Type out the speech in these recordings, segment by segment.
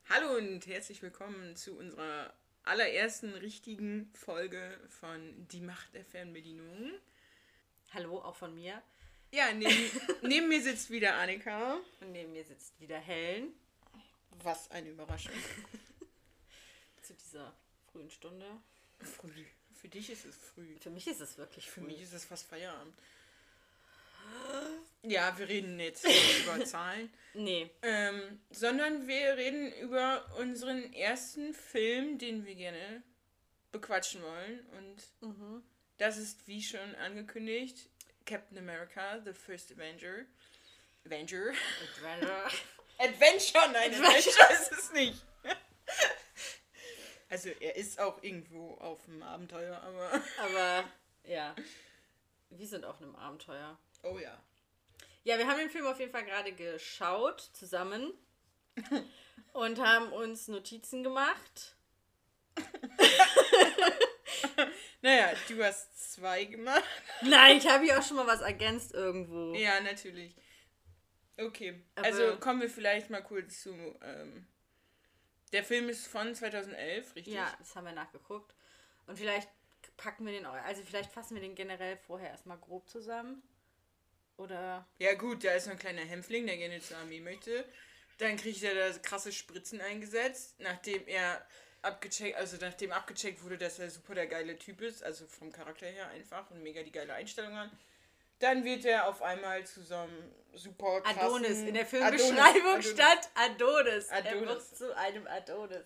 Hallo und herzlich willkommen zu unserer allerersten richtigen Folge von Die Macht der Fernbedienung. Hallo, auch von mir. Ja, neben mir sitzt wieder Annika. Und neben mir sitzt wieder Helen. Was eine Überraschung. Zu dieser frühen Stunde. Früh. Für dich ist es früh. Für mich ist es wirklich früh. Für mich ist es fast Feierabend. Ja, wir reden jetzt nicht über Zahlen. Nee. Sondern wir reden über unseren ersten Film, den wir gerne bequatschen wollen. Und das ist, wie schon angekündigt, Captain America, The First Avenger. Adventure? Nein, Adventure ist es nicht. Also er ist auch irgendwo auf einem Abenteuer, aber... Aber, ja. Wir sind auf einem Abenteuer. Oh ja. Ja, wir haben den Film auf jeden Fall gerade geschaut, zusammen. Und haben uns Notizen gemacht. Naja, du hast 2 gemacht. Nein, ich habe hier auch schon mal was ergänzt irgendwo. Ja, natürlich. Okay, Aber also kommen wir vielleicht mal kurz zu... der Film ist von 2011, richtig? Ja, das haben wir nachgeguckt. Und vielleicht packen wir den auch, also vielleicht fassen wir den generell vorher erstmal grob zusammen. Oder? Ja gut, da ist so ein kleiner Hämpfling, der gerne zur Armee möchte. Dann kriegt er da krasse Spritzen eingesetzt, nachdem abgecheckt wurde, dass er super der geile Typ ist, also vom Charakter her einfach und mega die geile Einstellung hat. Dann wird er auf einmal zu so einem super krassen... Adonis. In der Filmbeschreibung stand Adonis. Er Adonis. wird zu einem Adonis.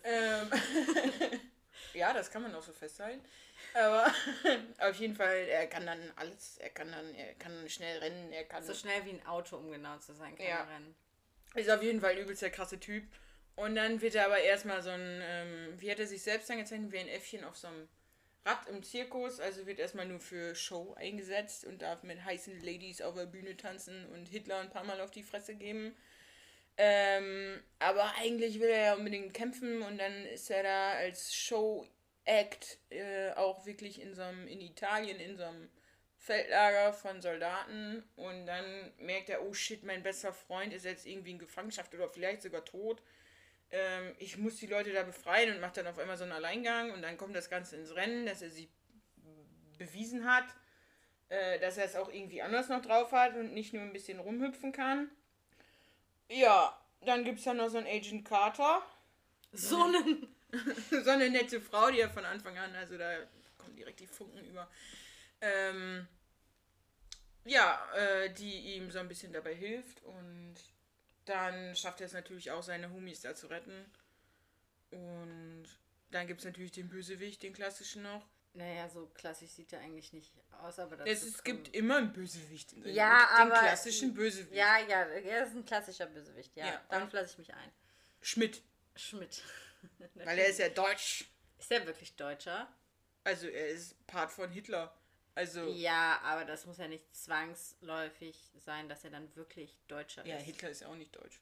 Ja, das kann man auch so festhalten. Aber auf jeden Fall, er kann dann alles. Er kann schnell rennen, er kann... So schnell wie ein Auto, um genau zu sein, kann er rennen. Ist auf jeden Fall übelst der krasse Typ. Und dann wird er aber erstmal so ein, wie hat er sich selbst dann gezeichnet, wie ein Äffchen auf so einem Rad im Zirkus. Also wird erstmal nur für Show eingesetzt und darf mit heißen Ladies auf der Bühne tanzen und Hitler ein paar Mal auf die Fresse geben. Aber eigentlich will er ja unbedingt kämpfen und dann ist er da als Show-Act auch wirklich in Italien in so einem Feldlager von Soldaten und dann merkt er, oh shit, mein bester Freund ist jetzt irgendwie in Gefangenschaft oder vielleicht sogar tot. Ich muss die Leute da befreien und macht dann auf einmal so einen Alleingang und dann kommt das Ganze ins Rennen, dass er sie bewiesen hat, dass er es auch irgendwie anders noch drauf hat und nicht nur ein bisschen rumhüpfen kann. Ja, dann gibt es ja noch so einen Agent Carter. So eine nette Frau, die ja von Anfang an, also da kommen direkt die Funken über. Die ihm so ein bisschen dabei hilft und dann schafft er es natürlich auch, seine Homies da zu retten. Und dann gibt es natürlich den Bösewicht, den klassischen noch. Naja, so klassisch sieht er eigentlich nicht aus, aber das Es gibt immer einen Bösewicht in den klassischen Bösewicht. Ja, er ist ein klassischer Bösewicht, ja. Dann lasse ich mich ein. Schmidt. Weil er ist ja deutsch. Ist er wirklich Deutscher? Also er ist Part von Hitler. Also ja, aber das muss ja nicht zwangsläufig sein, dass er dann wirklich Deutscher ist. Ja, Hitler ist ja auch nicht deutsch.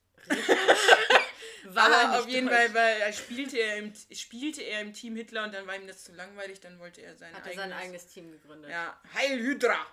Aber auf jeden Fall, weil er spielte er im Team Hitler und dann war ihm das zu langweilig, dann wollte er sein eigenes Team gegründet. Ja, Heil Hydra!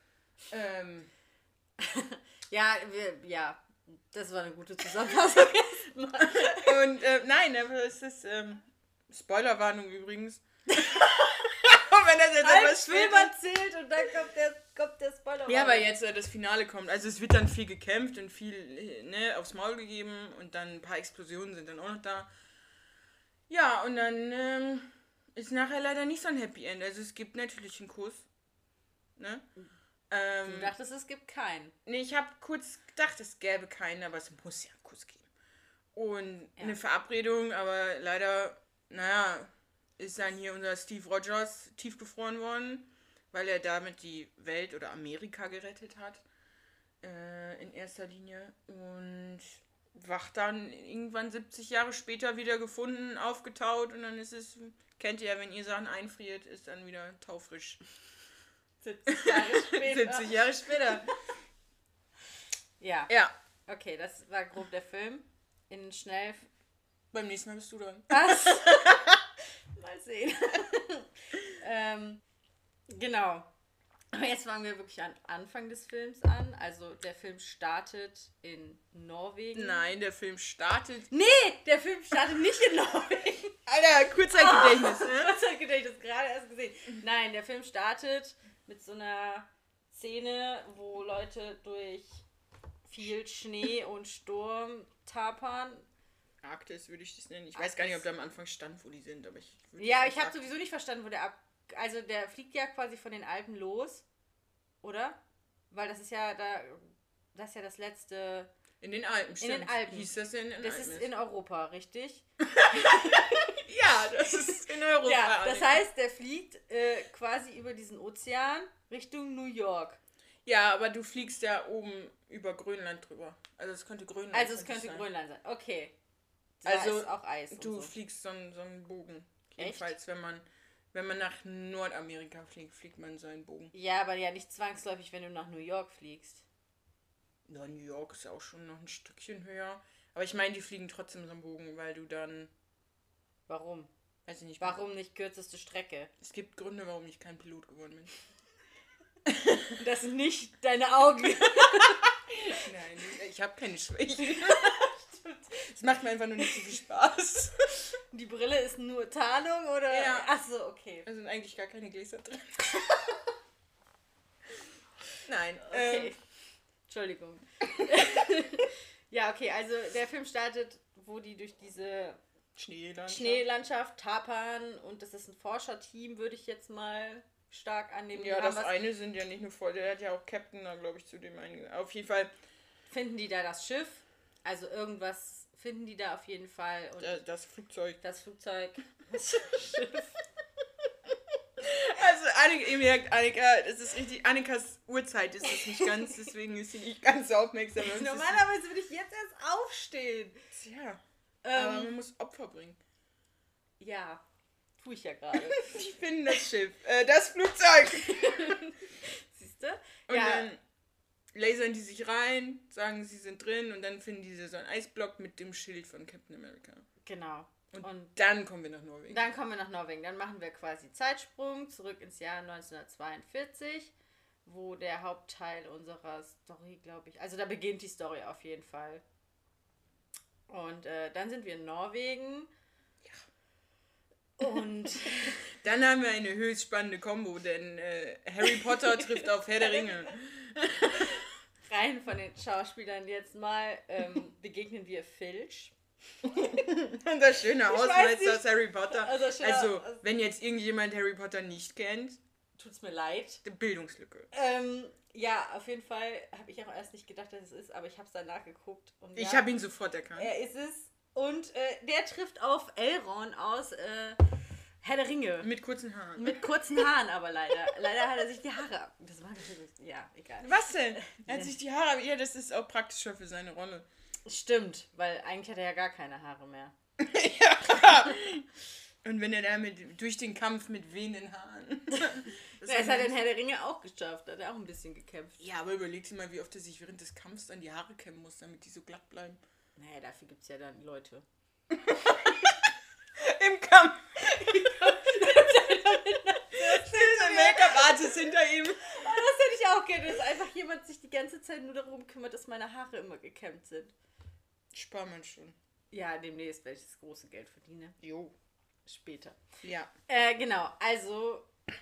Das war eine gute Zusammenfassung. Und nein, aber es ist Spoilerwarnung übrigens. Wenn das jetzt etwas Film erzählt und dann kommt der Spoiler. Ja, weil jetzt das Finale kommt. Also es wird dann viel gekämpft und viel aufs Maul gegeben und dann ein paar Explosionen sind dann auch noch da. Ja, und dann ist nachher leider nicht so ein Happy End. Also es gibt natürlich einen Kuss. Ne? Du dachtest, es gibt keinen. Nee, ich habe kurz gedacht, es gäbe keinen, aber es muss ja einen Kuss geben. Und eine Verabredung, aber leider, ist dann hier unser Steve Rogers tiefgefroren worden, weil er damit die Welt oder Amerika gerettet hat. In erster Linie. Und wacht dann irgendwann 70 Jahre später wieder gefunden, aufgetaut und dann ist es, kennt ihr ja, wenn ihr Sachen einfriert, ist dann wieder taufrisch. 70 Jahre später. 70 Jahre später. Ja. Okay, das war grob der Film. Beim nächsten Mal bist du dran. Was? Mal sehen. Genau. Aber jetzt fangen wir wirklich an Anfang des Films an. Also der Film startet in Norwegen. Nein, der Film startet... Nee, der Film startet nicht in Norwegen. Alter, Kurzzeitgedächtnis, ne? Kurzzeitgedächtnis, gerade erst gesehen. Nein, der Film startet mit so einer Szene, wo Leute durch viel Schnee und Sturm tapern. Arktis würde ich das nennen. Ich weiß gar nicht, ob da am Anfang stand, wo die sind, aber ich... Ja, ich habe sowieso nicht verstanden, wo der Also der fliegt ja quasi von den Alpen los, oder? Weil das ist ja das letzte... In den Alpen, stimmt. In den Alpen. Hieß das in den Alpen? Das ist in Europa, richtig? Ja, das ist in Europa. Ja, das heißt, der fliegt quasi über diesen Ozean Richtung New York. Ja, aber du fliegst ja oben über Grönland drüber. Also es könnte Grönland sein. Also es könnte Grönland sein, okay. Da also ist auch Eis und du so. fliegst so einen Bogen. Echt? Jedenfalls, wenn man nach Nordamerika fliegt, fliegt man so einen Bogen. Ja, aber ja nicht zwangsläufig, wenn du nach New York fliegst. Ja, New York ist auch schon noch ein Stückchen höher. Aber ich meine, die fliegen trotzdem so einen Bogen, weil du dann... Warum? Weiß ich nicht. Warum nicht kürzeste Strecke? Es gibt Gründe, warum ich kein Pilot geworden bin. Das sind nicht deine Augen. Nein, ich habe keine Schwächen. Es macht mir einfach nur nicht so viel Spaß. Die Brille ist nur Tarnung, oder? Ja. Achso, okay. Da sind eigentlich gar keine Gläser drin. Nein. Okay. Entschuldigung. Ja, okay, also der Film startet, wo die durch diese Schneelandschaft tapern und das ist ein Forscherteam, würde ich jetzt mal stark annehmen. Ja, das eine sind ja nicht nur voll, der hat ja auch Captain da, glaube ich, zu dem einen. Auf jeden Fall. Finden die da das Schiff, also irgendwas finden die da auf jeden Fall. Und das Flugzeug. das Flugzeug, das Schiff. Also, ihr merkt, Annika, das ist richtig, Annikas Uhrzeit ist das nicht ganz, deswegen ist sie nicht ganz so aufmerksam. Normalerweise würde ich jetzt erst aufstehen. Tja, aber man muss Opfer bringen. Ja, tue ich ja gerade. Die finden das Schiff, das Flugzeug. Siehst du? Und dann lasern die sich rein, sagen, sie sind drin und dann finden die so einen Eisblock mit dem Schild von Captain America. Genau. Und dann kommen wir nach Norwegen. Dann kommen wir nach Norwegen. Dann machen wir quasi Zeitsprung zurück ins Jahr 1942, wo der Hauptteil unserer Story, glaube ich, also da beginnt die Story auf jeden Fall. Und dann sind wir in Norwegen. Ja. Und dann haben wir eine höchst spannende Kombo, denn Harry Potter trifft auf Herr der Ringe. Rein von den Schauspielern jetzt mal begegnen wir Filch. Das schöne Hausmeister aus Harry Potter. Also, wenn jetzt irgendjemand Harry Potter nicht kennt, tut's mir leid. Bildungslücke. Ja, auf jeden Fall habe ich auch erst nicht gedacht, dass es ist, aber ich habe es dann nachgeguckt. Und ich habe ihn sofort erkannt. Er ist es. Und der trifft auf Elrond aus Herr der Ringe. Mit kurzen Haaren. Mit kurzen Haaren aber leider. Leider hat er sich die Haare ab. Das war natürlich, ja, egal. Was denn? Er hat sich die Haare ab. Ja, das ist auch praktischer für seine Rolle. Stimmt, weil eigentlich hat er ja gar keine Haare mehr. Ja. Und wenn er da durch den Kampf mit wehenden Haaren. Das hat in Herr der Ringe auch geschafft. Hat er auch ein bisschen gekämpft. Ja, aber überleg dir mal, wie oft er sich während des Kampfs dann die Haare kämmen muss, damit die so glatt bleiben. Naja, dafür gibt es ja dann Leute. Im Kampf. Der Make-up-Artist hinter ihm. Oh, das hätte ich auch gerne, dass einfach jemand sich die ganze Zeit nur darum kümmert, dass meine Haare immer gekämmt sind. Spart man schon. Ja, demnächst, wenn ich das große Geld verdiene. Jo. Später. Ja. Genau, also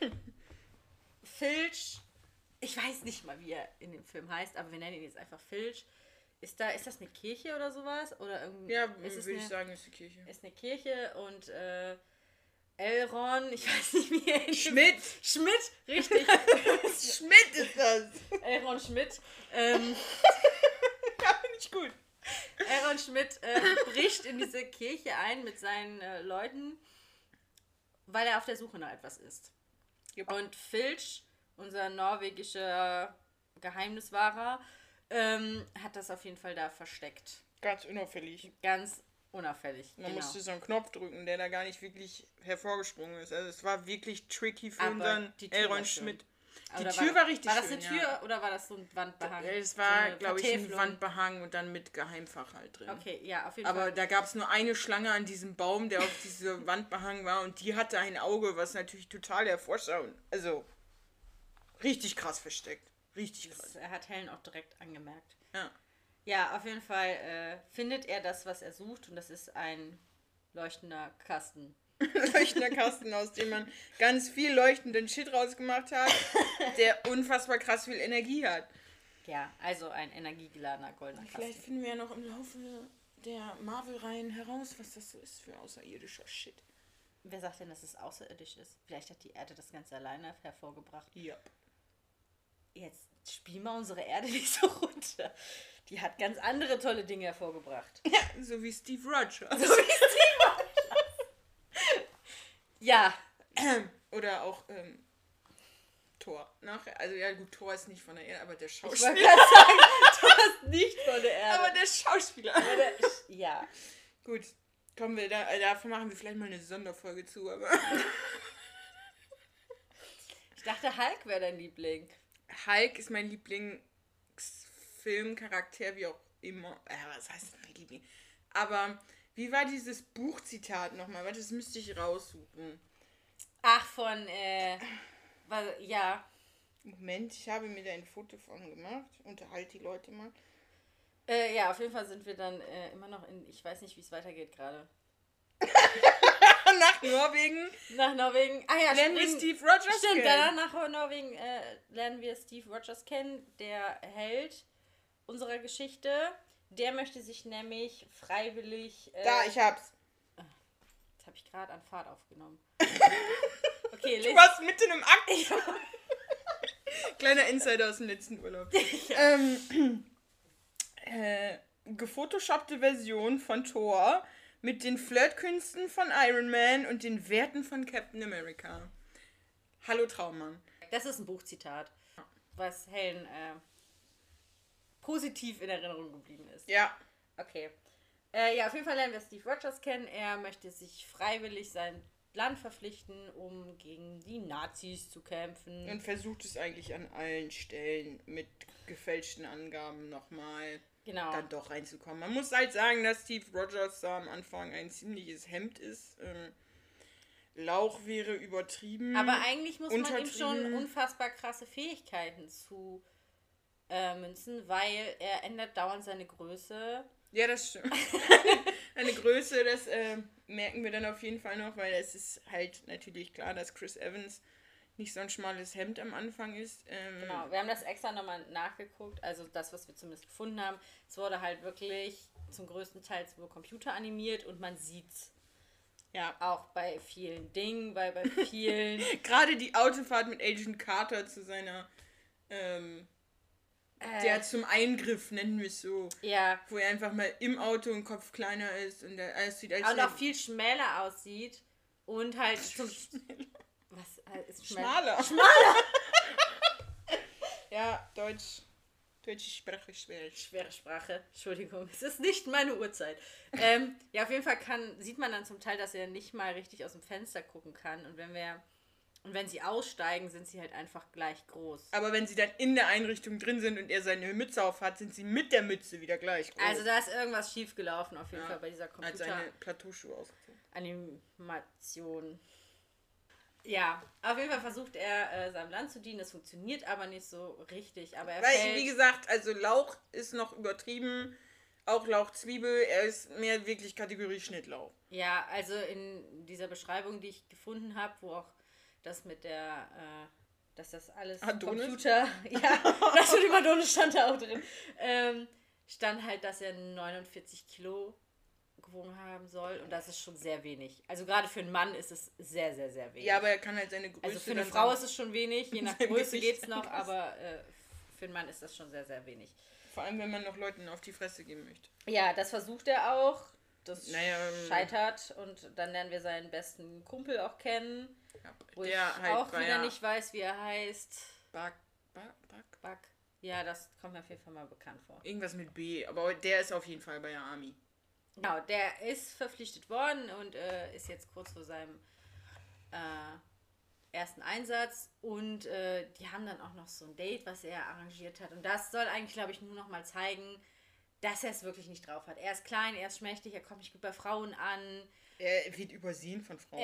Filch, ich weiß nicht mal, wie er in dem Film heißt, aber wir nennen ihn jetzt einfach Filch. Ist das eine Kirche oder sowas? Oder irgendwie, ja, würde ich sagen, ist die Kirche. Ist eine Kirche und Elrond, ich weiß nicht, wie er ist. Schmidt, richtig. Schmidt ist das. Elrond Schmidt. Ja, finde ich gut. Elrond Schmidt bricht in diese Kirche ein mit seinen Leuten, weil er auf der Suche nach etwas ist. Yep. Und Filch, unser norwegischer Geheimniswahrer, hat das auf jeden Fall da versteckt. Ganz unauffällig. Ganz unauffällig, Man musste so einen Knopf drücken, der da gar nicht wirklich hervorgesprungen ist. Also es war wirklich tricky für unseren Elrond Schmidt. Die Tür war richtig schön. War das eine Tür oder war das so ein Wandbehang? Es war, so glaube ich, ein Wandbehang und dann mit Geheimfach halt drin. Okay, ja, auf jeden Fall. Aber da gab es nur eine Schlange an diesem Baum, der auf diese Wandbehang war und die hatte ein Auge, was natürlich total hervorschauend. Also, Richtig krass versteckt. Richtig krass. Er hat Helen auch direkt angemerkt. Ja. Ja, auf jeden Fall findet er das, was er sucht, und das ist ein leuchtender Kasten. Leuchtender Kasten, aus dem man ganz viel leuchtenden Shit rausgemacht hat, der unfassbar krass viel Energie hat. Ja, also ein energiegeladener goldener Kasten. Vielleicht finden wir ja noch im Laufe der Marvel-Reihen heraus, was das so ist für außerirdischer Shit. Wer sagt denn, dass es außerirdisch ist? Vielleicht hat die Erde das Ganze alleine hervorgebracht. Ja. Jetzt spielen wir unsere Erde nicht so runter. Die hat ganz andere tolle Dinge hervorgebracht. Ja, so wie Steve Rogers. Ja. Oder auch Thor. Also ja gut, Thor ist nicht von der Erde, aber der Ich wollte Schauspieler. gerade sagen, du hast nicht von der Erde. Aber der Schauspieler. Ja. Gut, kommen wir dafür machen wir vielleicht mal eine Sonderfolge zu, aber. Ich dachte, Hulk wäre dein Liebling. Hulk ist mein Lieblingsfilmcharakter, wie auch immer. Was heißt mein Liebling? Aber wie war dieses Buchzitat nochmal? Warte, das müsste ich raussuchen. Ach, ja. Moment, ich habe mir da ein Foto von gemacht. Unterhalte die Leute mal. Ja, auf jeden Fall sind wir dann immer noch ich weiß nicht, wie es weitergeht gerade. Nach Norwegen. Nach Norwegen. Ah ja, lernen wir Steve Rogers Stimmt, kennen. danach nach Norwegen lernen wir Steve Rogers kennen, der Held unserer Geschichte. Der möchte sich nämlich freiwillig... ich hab's. Jetzt habe ich gerade an Fahrt aufgenommen. Okay, Du warst mitten im Akt. Kleiner Insider aus dem letzten Urlaub. Gefotoshoppte Version von Thor mit den Flirtkünsten von Iron Man und den Werten von Captain America. Hallo Traummann. Das ist ein Buchzitat, was Helen positiv in Erinnerung geblieben ist. Ja. Okay. Ja, auf jeden Fall lernen wir Steve Rogers kennen. Er möchte sich freiwillig sein Land verpflichten, um gegen die Nazis zu kämpfen. Und versucht es eigentlich an allen Stellen mit gefälschten Angaben nochmal dann doch reinzukommen. Man muss halt sagen, dass Steve Rogers da am Anfang ein ziemliches Hemd ist. Lauch wäre übertrieben. Aber eigentlich muss man ihm schon unfassbar krasse Fähigkeiten zu münzen, weil er ändert dauernd seine Größe. Ja, das stimmt. Eine Größe, das merken wir dann auf jeden Fall noch, weil es ist halt natürlich klar, dass Chris Evans nicht so ein schmales Hemd am Anfang ist. Genau, wir haben das extra nochmal nachgeguckt, also das, was wir zumindest gefunden haben. Es wurde halt wirklich zum größten Teil wohl computeranimiert und man sieht's. Ja. Auch bei vielen Dingen, bei vielen... Gerade die Autofahrt mit Agent Carter zu seiner... der zum Eingriff, nennen wir es so. Ja. Wo er einfach mal im Auto ein Kopf kleiner ist und er aussieht als... Und auch viel schmäler aussieht und halt zum... Was ist schmaler? Schmaler! Ja, deutsche Sprache schwer. Schwere Sprache, Entschuldigung, es ist nicht meine Uhrzeit. Ja, auf jeden Fall sieht man dann zum Teil, dass er nicht mal richtig aus dem Fenster gucken kann und wenn sie aussteigen, sind sie halt einfach gleich groß. Aber wenn sie dann in der Einrichtung drin sind und er seine Mütze auf hat, sind sie mit der Mütze wieder gleich groß. Also da ist irgendwas schief gelaufen auf jeden Fall bei dieser Computer. Hat seine Plateauschuhe ausgezogen. Animation. Ja, auf jeden Fall versucht er seinem Land zu dienen. Das funktioniert aber nicht so richtig. Aber wie gesagt, also Lauch ist noch übertrieben. Auch Lauchzwiebel, er ist mehr wirklich Kategorie Schnittlauch. Ja, also in dieser Beschreibung, die ich gefunden habe, wo auch das mit der, dass das alles Adonis? Computer, ja, das mit dem Adonis stand da auch drin, stand halt, dass er 49 Kilo gewogen haben soll und das ist schon sehr wenig. Also gerade für einen Mann ist es sehr, sehr, sehr wenig. Ja, aber er kann halt seine Größe... Also für eine Frau ist es schon wenig, je nach Größe geht es noch, aber für einen Mann ist das schon sehr, sehr wenig. Vor allem, wenn man noch Leuten auf die Fresse geben möchte. Ja, das versucht er auch. Das scheitert und dann lernen wir seinen besten Kumpel auch kennen. Ja, wo ich halt auch wieder nicht weiß, wie er heißt. Buck. Ja, das kommt mir auf jeden Fall mal bekannt vor. Irgendwas mit B, aber der ist auf jeden Fall bei der Army. Genau, der ist verpflichtet worden und ist jetzt kurz vor seinem ersten Einsatz und die haben dann auch noch so ein Date, was er arrangiert hat. Und das soll eigentlich, glaube ich, nur noch mal zeigen, dass er es wirklich nicht drauf hat. Er ist klein, er ist schmächtig, er kommt nicht gut bei Frauen an. Er wird übersehen von Frauen.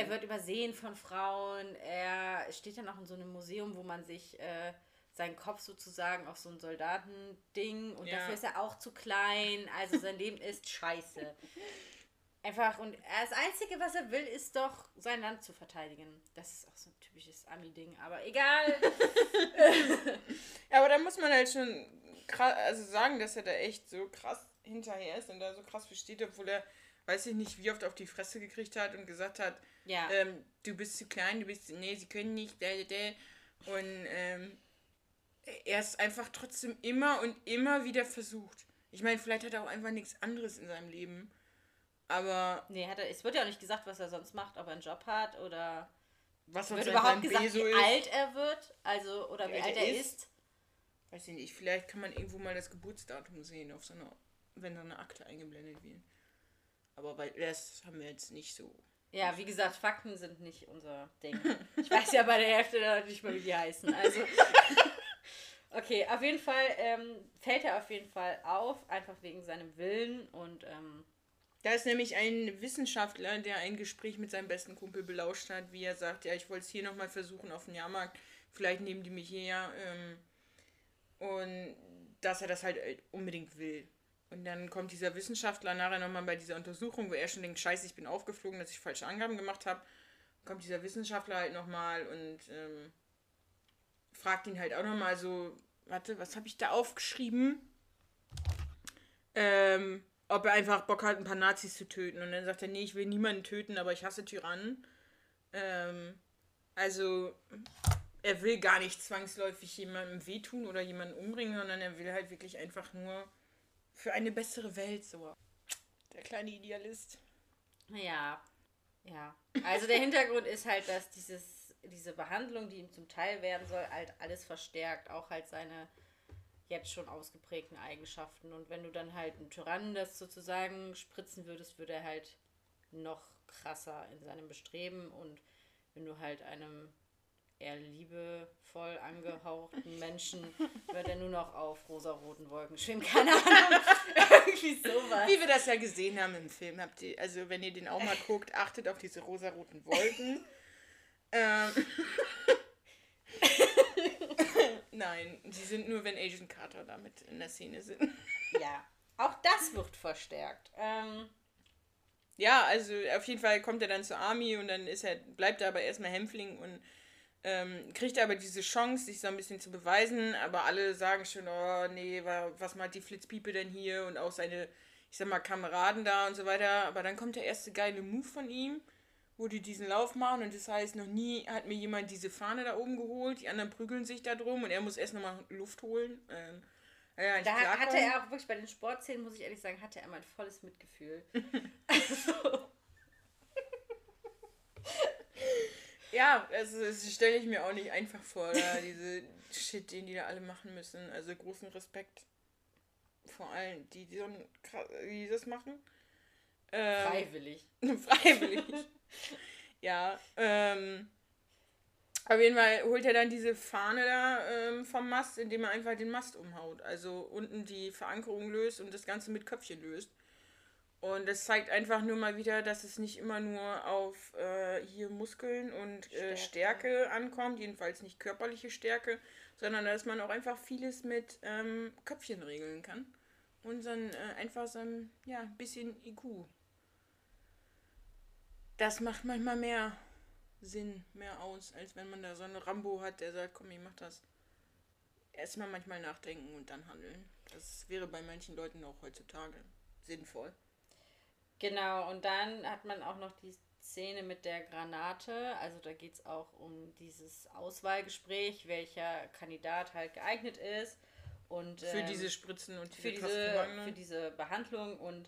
Er steht dann auch in so einem Museum, wo man sich seinen Kopf sozusagen auf so ein Soldatending und dafür ist er auch zu klein. Also sein Leben ist scheiße. Einfach, und das Einzige, was er will, ist doch, sein Land zu verteidigen. Das ist auch so ein typisches Ami-Ding, aber egal. Ja, aber da muss man halt schon krass, also sagen, dass er da echt so krass hinterher ist und da so krass versteht, obwohl er, weiß ich nicht, wie oft auf die Fresse gekriegt hat und gesagt hat, du bist zu klein, nee, sie können nicht, und er ist einfach trotzdem immer und immer wieder versucht. Ich meine, vielleicht hat er auch einfach nichts anderes in seinem Leben. Aber. Nee, es wird ja auch nicht gesagt, was er sonst macht, ob er einen Job hat oder. Was wird überhaupt gesagt, wie alt er wird? Also, oder wie alt er ist? Weiß ich nicht. Vielleicht kann man irgendwo mal das Geburtsdatum sehen, wenn so eine Akte eingeblendet wird. Aber das haben wir jetzt nicht so. Ja, wie gesagt, Fakten sind nicht unser Ding. Ich weiß ja bei der Hälfte nicht mal, wie die heißen. Also. Okay, auf jeden Fall fällt er auf jeden Fall auf, einfach wegen seinem Willen und. Da ist nämlich ein Wissenschaftler, der ein Gespräch mit seinem besten Kumpel belauscht hat, wie er sagt, ja, ich wollte es hier nochmal versuchen auf dem Jahrmarkt, vielleicht nehmen die mich her, und dass er das halt unbedingt will. Und dann kommt dieser Wissenschaftler nachher nochmal bei dieser Untersuchung, wo er schon denkt, scheiße, ich bin aufgeflogen, dass ich falsche Angaben gemacht habe, kommt dieser Wissenschaftler halt nochmal und fragt ihn halt auch nochmal so, warte, was habe ich da aufgeschrieben? Ob er einfach Bock hat, ein paar Nazis zu töten. Und dann sagt er, nee, ich will niemanden töten, aber ich hasse Tyrannen. Also, er will gar nicht zwangsläufig jemandem wehtun oder jemanden umbringen, sondern er will halt wirklich einfach nur für eine bessere Welt so. Der kleine Idealist. Ja. Also der Hintergrund ist halt, dass diese Behandlung, die ihm zum Teil werden soll, halt alles verstärkt. Auch halt seine jetzt schon ausgeprägten Eigenschaften. Und wenn du dann halt einen Tyrannen das sozusagen spritzen würdest, würde er halt noch krasser in seinem Bestreben. Und wenn du halt einem eher liebevoll angehauchten Menschen, wird er nur noch auf rosaroten Wolken schwimmen. Keine Ahnung. Irgendwie sowas. Wie wir das ja gesehen haben im Film. Also wenn ihr den auch mal guckt, achtet auf diese rosaroten Wolken. Nein, sie sind nur, wenn Agent Carter damit in der Szene sind. Ja, auch das wird verstärkt. Ja, also auf jeden Fall kommt er dann zur Army und dann bleibt er aber erstmal Hämpfling und kriegt aber diese Chance, sich so ein bisschen zu beweisen, aber alle sagen schon, oh nee, was macht die Flitzpiepe denn hier und auch seine, ich sag mal, Kameraden da und so weiter, aber dann kommt der erste geile Move von ihm, wo die diesen Lauf machen und das heißt, noch nie hat mir jemand diese Fahne da oben geholt, die anderen prügeln sich da drum und er muss erst nochmal Luft holen. Da hatte er auch wirklich bei den Sportszenen, muss ich ehrlich sagen, hatte er mein volles Mitgefühl. Also. Ja, das stelle ich mir auch nicht einfach vor, da diese Shit, den die da alle machen müssen. Also großen Respekt vor allen, die das machen. Freiwillig. Freiwillig. Ja, auf jeden Fall holt er dann diese Fahne da vom Mast, indem er einfach den Mast umhaut. Also unten die Verankerung löst und das Ganze mit Köpfchen löst. Und das zeigt einfach nur mal wieder, dass es nicht immer nur auf hier Muskeln und Stärke ankommt, jedenfalls nicht körperliche Stärke, sondern dass man auch einfach vieles mit Köpfchen regeln kann. Und dann einfach so ein bisschen IQ. Das macht manchmal mehr Sinn, mehr aus, als wenn man da so einen Rambo hat, der sagt, komm, ich mach das. Erstmal manchmal nachdenken und dann handeln. Das wäre bei manchen Leuten auch heutzutage sinnvoll. Genau, und dann hat man auch noch die Szene mit der Granate. Also da geht es auch um dieses Auswahlgespräch, welcher Kandidat halt geeignet ist. Und, für diese Spritzen und für diese Behandlung. Und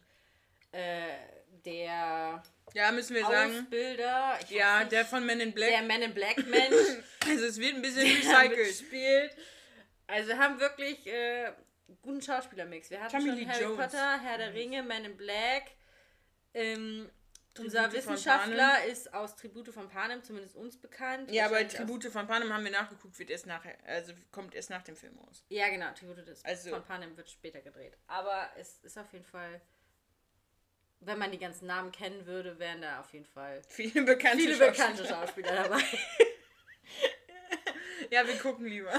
der müssen wir sagen, Ausbilder, der von Men in Black. Der Men in Black Mensch. Also es wird ein bisschen recycelt. Also wir haben wirklich guten Schauspielermix. Wir hatten schon Harry Potter, Herr der Ringe, Men in Black. Unser Wissenschaftler ist aus Tribute von Panem, zumindest uns bekannt. Ja, aber Tribute von Panem haben wir nachgeguckt, kommt erst nach dem Film raus. Ja, genau, Tribute von Panem wird später gedreht. Aber es ist auf jeden Fall, wenn man die ganzen Namen kennen würde, wären da auf jeden Fall viele bekannte Schauspieler dabei. Ja, wir gucken lieber.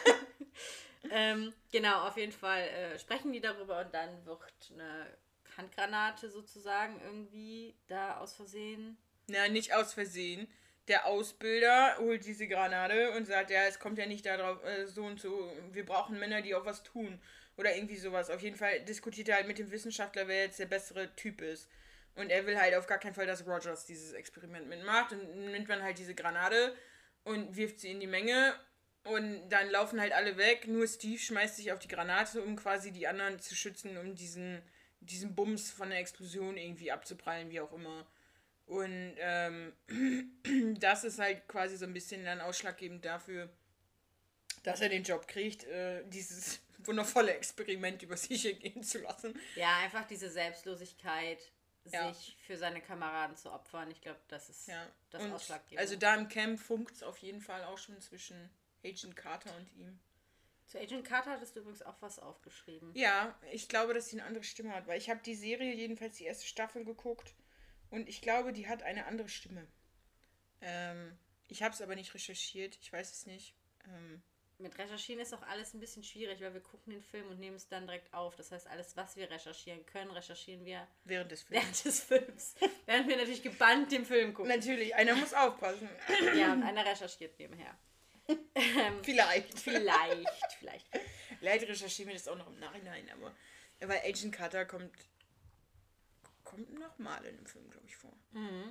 Genau, auf jeden Fall sprechen die darüber und dann wird eine Handgranate sozusagen irgendwie da aus Versehen. Na, nicht aus Versehen. Der Ausbilder holt diese Granate und sagt, ja, es kommt ja nicht darauf, so und so, wir brauchen Männer, die auch was tun. Oder irgendwie sowas. Auf jeden Fall diskutiert er halt mit dem Wissenschaftler, wer jetzt der bessere Typ ist. Und er will halt auf gar keinen Fall, dass Rogers dieses Experiment mitmacht. Und nimmt man halt diese Granate und wirft sie in die Menge. Und dann laufen halt alle weg. Nur Steve schmeißt sich auf die Granate, um quasi die anderen zu schützen, um diesen Bums von der Explosion irgendwie abzuprallen, wie auch immer. Und das ist halt quasi so ein bisschen dann ausschlaggebend dafür, dass er den Job kriegt, dieses wundervolle Experiment über sich ergehen zu lassen. Ja, einfach diese Selbstlosigkeit, sich für seine Kameraden zu opfern. Ich glaube, das ist das Ausschlaggebende. Also da im Camp funkt es auf jeden Fall auch schon zwischen Agent Carter und ihm. Zu Agent Carter hattest du übrigens auch was aufgeschrieben. Ja, ich glaube, dass sie eine andere Stimme hat, weil ich habe die Serie, jedenfalls die erste Staffel, geguckt und ich glaube, die hat eine andere Stimme. Ich habe es aber nicht recherchiert, ich weiß es nicht. Mit Recherchieren ist auch alles ein bisschen schwierig, weil wir gucken den Film und nehmen es dann direkt auf. Das heißt, alles, was wir recherchieren können, recherchieren wir während des Films. Während wir natürlich gebannt den Film gucken. Natürlich, einer muss aufpassen. Ja, und einer recherchiert nebenher. Vielleicht. Vielleicht recherchieren wir das auch noch im Nachhinein, aber weil Agent Carter kommt nochmal in dem Film, glaube ich, vor.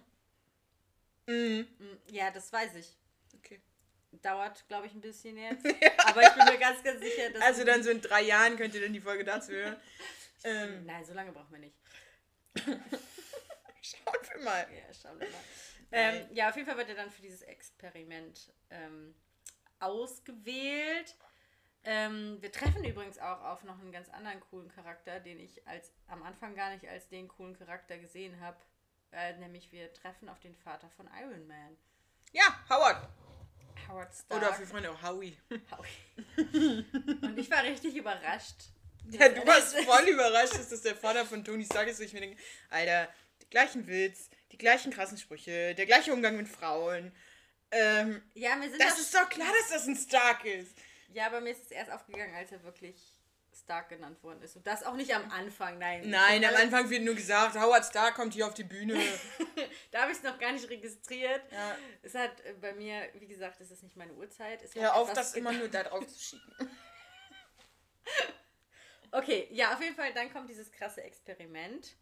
Ja, das weiß ich. Okay. Dauert, glaube ich, ein bisschen jetzt. Aber ich bin mir ganz, ganz sicher, dass... Also dann so in 3 Jahren könnt ihr dann die Folge dazu hören. Nein, so lange brauchen wir nicht. Schauen wir mal. Ja, schauen wir mal. Ja, auf jeden Fall wird er dann für dieses Experiment ausgewählt. Wir treffen übrigens auch auf noch einen ganz anderen coolen Charakter, den ich am Anfang gar nicht als den coolen Charakter gesehen habe. Nämlich wir treffen auf den Vater von Iron Man. Ja, Howard Stark. Oder für Freunde auch Howie. Und ich war richtig überrascht. Ja, du warst voll überrascht, dass das der Vater von Tony Stark ist. Und ich mir denke, Alter, die gleichen Witz, die gleichen krassen Sprüche, der gleiche Umgang mit Frauen. Ja, das ist doch klar, dass das ein Stark ist. Ja, aber mir ist es erst aufgegangen, als er wirklich Stark genannt worden ist. Und das auch nicht am Anfang, nein. Nein, am Anfang wird nur gesagt, Howard Stark kommt hier auf die Bühne. Da habe ich es noch gar nicht registriert. Ja. Es hat bei mir, wie gesagt, es ist nicht meine Uhrzeit. Hör auf, das immer nur da drauf zu schieben. Okay, ja, auf jeden Fall, dann kommt dieses krasse Experiment,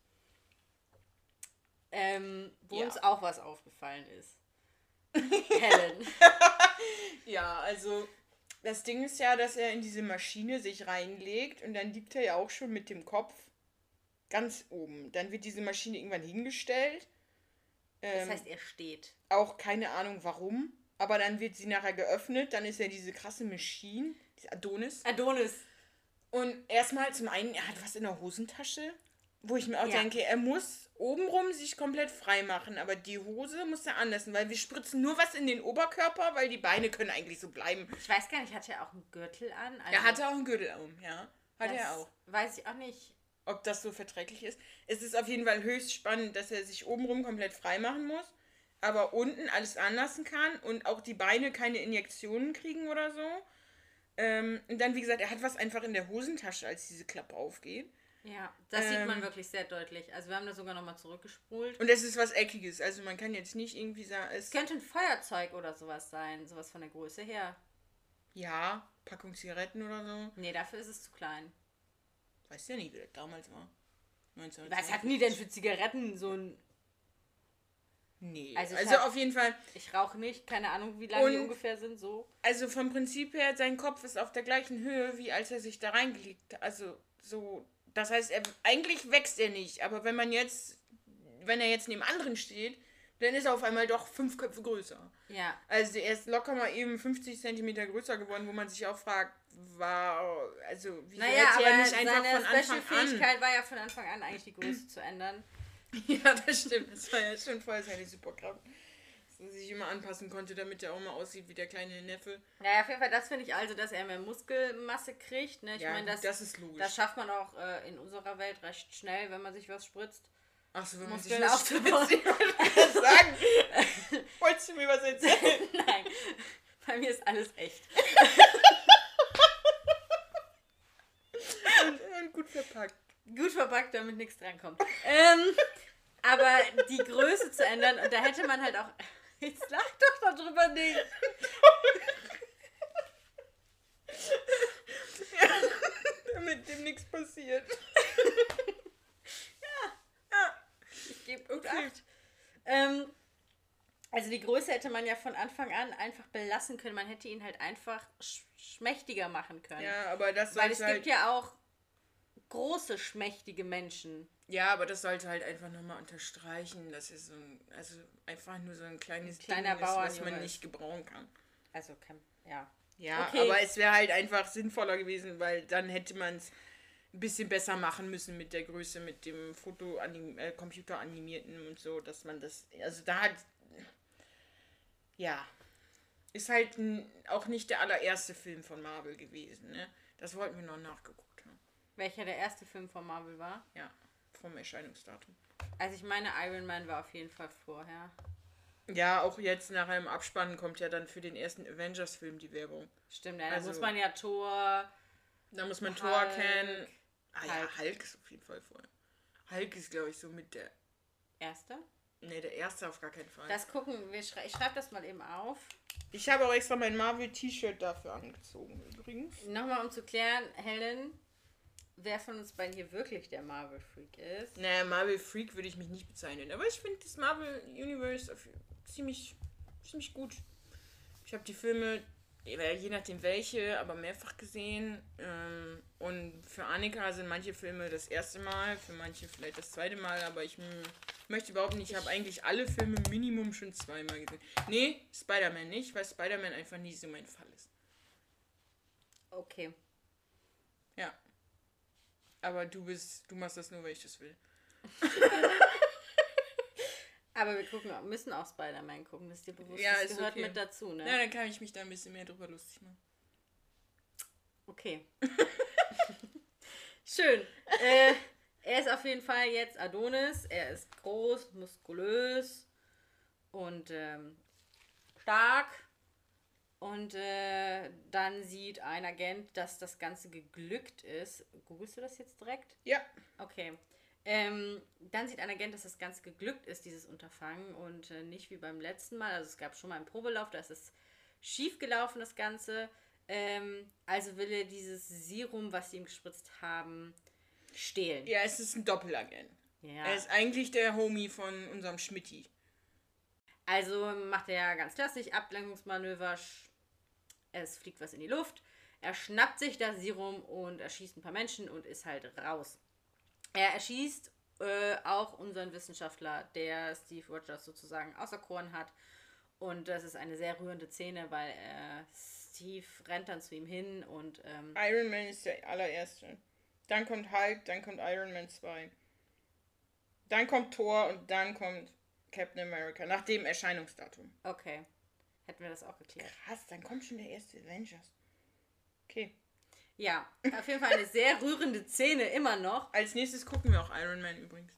wo uns auch was aufgefallen ist. Helen. Ja, also das Ding ist ja, dass er in diese Maschine sich reinlegt und dann liegt er ja auch schon mit dem Kopf ganz oben. Dann wird diese Maschine irgendwann hingestellt. Das heißt, er steht. Auch keine Ahnung warum, aber dann wird sie nachher geöffnet, dann ist ja diese krasse Maschine, diese Adonis. Und erstmal zum einen, er hat was in der Hosentasche, wo ich mir auch denke, er muss obenrum sich komplett frei machen, aber die Hose muss er anlassen, weil wir spritzen nur was in den Oberkörper, weil die Beine können eigentlich so bleiben. Ich weiß gar nicht, hat er auch einen Gürtel an? Also er hatte auch einen Gürtel um, ja. Hat er auch. Weiß ich auch nicht. Ob das so verträglich ist. Es ist auf jeden Fall höchst spannend, dass er sich obenrum komplett frei machen muss, aber unten alles anlassen kann und auch die Beine keine Injektionen kriegen oder so. Und dann, wie gesagt, er hat was einfach in der Hosentasche, als diese Klappe aufgeht. Ja, das sieht man wirklich sehr deutlich. Also wir haben da sogar nochmal zurückgespult. Und es ist was Eckiges. Also man kann jetzt nicht irgendwie sagen... Es könnte ein Feuerzeug oder sowas sein. Sowas von der Größe her. Ja, Packung Zigaretten oder so. Nee, dafür ist es zu klein. Weiß ja nie, wie das damals war. Was hatten die denn für Zigaretten? So ein... Nee, also auf jeden Fall... Ich rauche nicht, keine Ahnung, wie lange die ungefähr sind, so. Also vom Prinzip her, sein Kopf ist auf der gleichen Höhe, wie als er sich da reingelegt hat. Also so... Das heißt, eigentlich wächst er nicht, aber wenn er jetzt neben anderen steht, dann ist er auf einmal doch 5 Köpfe größer. Ja. Also er ist locker mal eben 50 Zentimeter größer geworden, wo man sich auch fragt, wieso hätte er nicht einfach von Anfang an... Fähigkeit war ja von Anfang an eigentlich die Größe zu ändern. Ja, das stimmt. Das war ja schon voll seine Superkraft. Dass er sich immer anpassen konnte, damit er auch mal aussieht wie der kleine Neffe. Ja, auf jeden Fall, das finde ich also, dass er mehr Muskelmasse kriegt. Ne? Ich Ja, meine, das ist logisch. Das schafft man auch in unserer Welt recht schnell, wenn man sich was spritzt. Achso, wenn man sich Muskeln was spritzt. Ich wollte sagen. Wolltest du mir was erzählen? Nein, bei mir ist alles echt. und gut verpackt. Gut verpackt, damit nichts drankommt. Aber die Größe zu ändern, und da hätte man halt auch... Jetzt lach doch darüber nicht. Ja, damit dem nichts passiert. Ja. Ich gebe gut Acht. Also die Größe hätte man ja von Anfang an einfach belassen können. Man hätte ihn halt einfach schmächtiger machen können. Ja, aber das Weil sollte es gibt ja auch große, schmächtige Menschen. Ja, aber das sollte halt einfach nochmal unterstreichen, dass es so ein, also einfach nur so ein kleines kleiner Ding ist, was man Bauernjunge nicht gebrauchen kann. Also, ja. Ja, okay. Aber es wäre halt einfach sinnvoller gewesen, weil dann hätte man es ein bisschen besser machen müssen mit der Größe, mit dem Computeranimierten und so, dass man das, also da hat, ja, ist halt auch nicht der allererste Film von Marvel gewesen, ne? Das wollten wir noch nachgeguckt haben. Welcher der erste Film von Marvel war? Ja. Vom Erscheinungsdatum. Also ich meine, Iron Man war auf jeden Fall vorher. Ja, auch jetzt nach einem Abspann kommt ja dann für den ersten Avengers-Film die Werbung. Stimmt, ja, da muss man ja Thor... Da muss man Thor kennen. Ja, Hulk ist auf jeden Fall vorher. Hulk ist, glaube ich, so mit der... Erste? Ne, der erste auf gar keinen Fall. Das gucken wir. Ich schreibe das mal eben auf. Ich habe auch extra mein Marvel-T-Shirt dafür angezogen, übrigens. Nochmal, um zu klären, Helen... Wer von uns beiden hier wirklich der Marvel-Freak ist? Naja, Marvel-Freak würde ich mich nicht bezeichnen. Aber ich finde das Marvel-Universe ziemlich gut. Ich habe die Filme, je nachdem welche, aber mehrfach gesehen. Und für Annika sind manche Filme das erste Mal, für manche vielleicht das zweite Mal. Aber ich möchte überhaupt nicht, ich habe eigentlich alle Filme Minimum schon zweimal gesehen. Nee, Spider-Man nicht, weil Spider-Man einfach nie so mein Fall ist. Okay. Ja. Aber du machst das nur, weil ich das will. Aber wir müssen auch Spider-Man gucken, das ist dir bewusst. Ja, das gehört okay. mit dazu, ne? Ja, dann kann ich mich da ein bisschen mehr drüber lustig machen. Okay. Schön. Er ist auf jeden Fall jetzt Adonis. Er ist groß, muskulös und stark. Und dann sieht ein Agent, dass das Ganze geglückt ist. Googlest du das jetzt direkt? Ja. Okay. Dann sieht ein Agent, dass das Ganze geglückt ist, dieses Unterfangen. Und nicht wie beim letzten Mal. Also es gab schon mal einen Probelauf, da ist es schief gelaufen, das Ganze. Also will er dieses Serum, was sie ihm gespritzt haben, stehlen. Ja, es ist ein Doppelagent. Ja. Er ist eigentlich der Homie von unserem Schmitty. Also macht er ganz klassisch Ablenkungsmanöver. Es fliegt was in die Luft. Er schnappt sich das Serum und erschießt ein paar Menschen und ist halt raus. Er erschießt auch unseren Wissenschaftler, der Steve Rogers sozusagen auserkoren hat. Und das ist eine sehr rührende Szene, weil Steve rennt dann zu ihm hin und... Iron Man ist der allererste. Dann kommt Hulk, dann kommt Iron Man 2. Dann kommt Thor und dann kommt Captain America, nach dem Erscheinungsdatum. Okay. Hätten wir das auch geklärt. Krass, dann kommt schon der erste Avengers. Okay. Ja, auf jeden Fall eine sehr rührende Szene, immer noch. Als nächstes gucken wir auch Iron Man übrigens.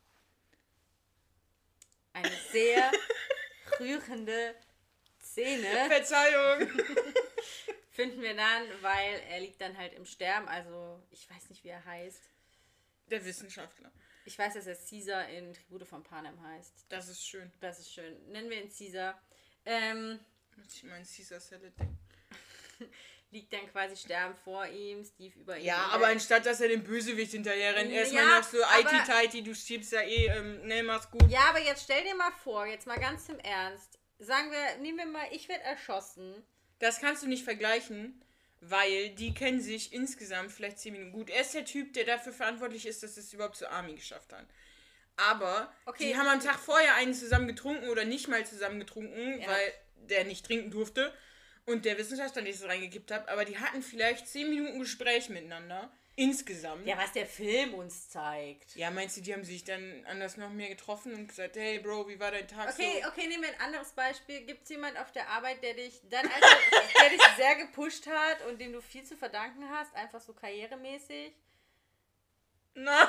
Eine sehr rührende Szene. Verzeihung. Finden wir dann, weil er liegt dann halt im Sterben. Also, ich weiß nicht, wie er heißt. Der Wissenschaftler. Ich weiß, dass er Caesar in Tribute von Panem heißt. Das ist schön. Das ist schön. Nennen wir ihn Caesar. Muss ich meinen Caesar Salad denken. Liegt dann quasi sterben vor ihm, Steve über ihn. Ja, aber anstatt, dass er den Bösewicht hinterher rennt, erstmal Ja, noch so IT-Tighty, du stirbst ja ne, mach's gut. Ja, aber jetzt stell dir mal vor, jetzt mal ganz im Ernst. Nehmen wir mal, ich werde erschossen. Das kannst du nicht vergleichen, weil die kennen sich insgesamt vielleicht 10 Minuten gut. Er ist der Typ, der dafür verantwortlich ist, dass es überhaupt zur Army geschafft hat. Aber die haben am Tag vorher einen zusammen getrunken oder nicht mal zusammen getrunken, weil der nicht trinken durfte und der Wissenschaftler nicht so reingekippt hat. Aber die hatten vielleicht 10 Minuten Gespräch miteinander. insgesamt. Ja, was der Film uns zeigt. Ja, meinst du, die haben sich dann anders noch mehr getroffen und gesagt, hey Bro, wie war dein Tag Okay, so? okay, nehmen wir ein anderes Beispiel. Gibt es jemand auf der Arbeit, der dich der dich sehr gepusht hat und dem du viel zu verdanken hast, einfach so karrieremäßig? Nein,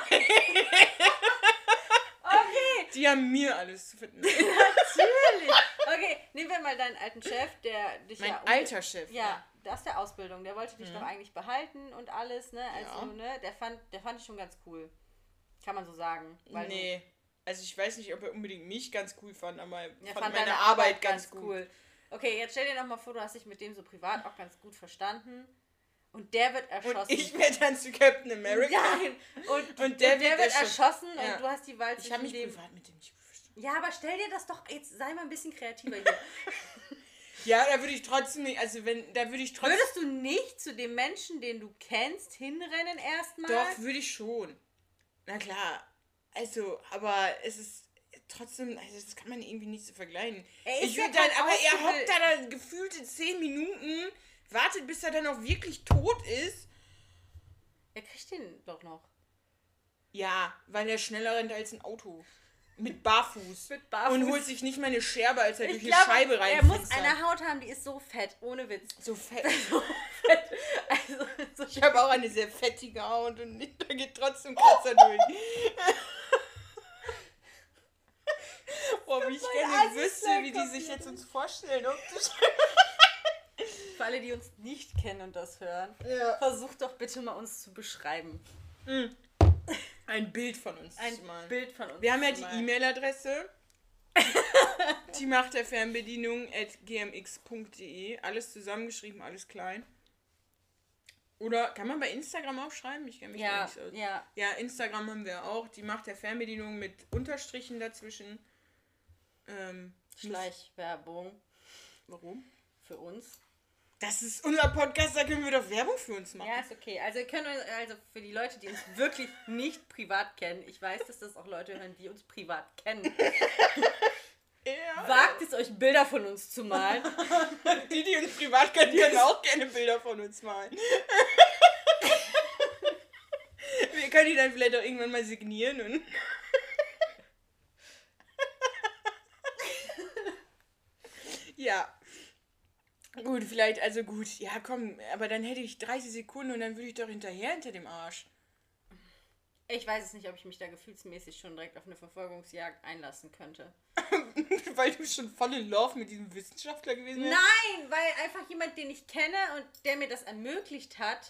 Okay, die haben mir alles zu finden. natürlich. Okay, nehmen wir mal deinen alten Chef, der dich Mein ja... alter Chef. Ja, aus der Ausbildung. Der wollte dich doch eigentlich behalten und alles, ne? Also, Ja. ne? Der fand ich schon ganz cool. Kann man so sagen. Weil Nee, also ich weiß nicht, ob er unbedingt mich ganz cool fand, aber er er fand fand meine deine Arbeit ganz gut. Okay, jetzt stell dir noch mal vor, du hast dich mit dem so privat auch ganz gut verstanden. Und der wird erschossen. Und ich werde dann zu Captain America. Nein. Und der der wird wird erschossen Ja. und du hast die Wahl Ich habe mich dem... privat mit dem nicht gut verstanden. Ja, aber stell dir das doch... Jetzt sei mal ein bisschen kreativer hier. Ja, da würde ich trotzdem nicht, also da würde ich trotzdem... Würdest du nicht zu dem Menschen, den du kennst, hinrennen erstmal? Doch, würde ich schon. Na klar. Also, aber es ist trotzdem, also das kann man irgendwie nicht so vergleichen. Er ist Ich ja würde dann, kein aber er Ausgebild- hockt da dann gefühlte 10 Minuten, wartet, bis er dann auch wirklich tot ist. Er kriegt den doch noch. Ja, weil er schneller rennt als ein Auto. Mit Barfuß. Mit Barfuß. Und holt sich nicht mal eine Scherbe, als er durch Ich die glaube, Scheibe er reinfällt. muss eine Haut haben, die ist so fett, ohne Witz. So fett. Also, so Ich habe auch eine sehr fettige Haut und da geht trotzdem Kratzer durch. Boah, wie ich gerne Assi wüsste, wie die sich Computer. jetzt uns vorstellen. für alle, die uns nicht kennen und das hören, Ja. versucht doch bitte mal uns zu beschreiben. Ein Bild von uns Ein zu malen. Bild von uns. Wir haben ja zu die malen. E-Mail-Adresse. Die Macht der Fernbedienung @gmx.de. Alles zusammengeschrieben, alles klein. Oder kann man bei Instagram auch schreiben? Ich kenne mich da Ja, nicht aus. ja. Ja, Instagram haben wir auch. Die Macht der Fernbedienung mit Unterstrichen dazwischen. Schleichwerbung Warum? für uns. Das ist unser Podcast, da können wir doch Werbung für uns machen. Ja, ist okay. Also ihr könnt also für die Leute, die uns wirklich nicht privat kennen, ich weiß, dass das auch Leute hören, die uns privat kennen. Ja. Wagt es euch, Bilder von uns zu malen. Die uns privat kennen, die können auch gerne Bilder von uns malen. Wir können die dann vielleicht auch irgendwann mal signieren und. Ja. Gut, vielleicht, also gut. Ja, komm, aber dann hätte ich 30 Sekunden und dann würde ich doch hinter dem Arsch. Ich weiß es nicht, ob ich mich da gefühlsmäßig schon direkt auf eine Verfolgungsjagd einlassen könnte. Weil du schon voll in Love mit diesem Wissenschaftler gewesen bist. Nein, weil einfach jemand, den ich kenne und der mir das ermöglicht hat,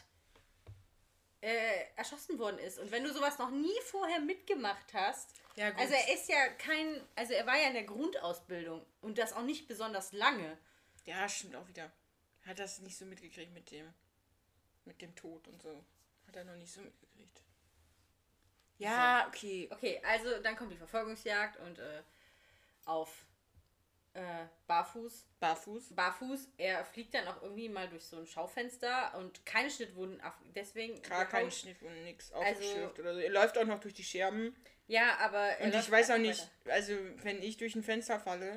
erschossen worden ist. Und wenn du sowas noch nie vorher mitgemacht hast, Ja, gut. also er ist ja er war ja in der Grundausbildung und das auch nicht besonders lange. Ja, stimmt auch wieder. Hat das nicht so mitgekriegt mit dem Tod und so. Hat er noch nicht so mitgekriegt. Ja, okay. Okay, also dann kommt die Verfolgungsjagd und auf Barfuß. Barfuß. Er fliegt dann auch irgendwie mal durch so ein Schaufenster und keine Schnittwunden, deswegen... Gar der kein Haut- Schnitt und nix Also- aufgeschürft oder so. Er läuft auch noch durch die Scherben. Ja, aber... er Und läuft ich weiß auch einfach nicht, weiter. also wenn ich durch ein Fenster falle,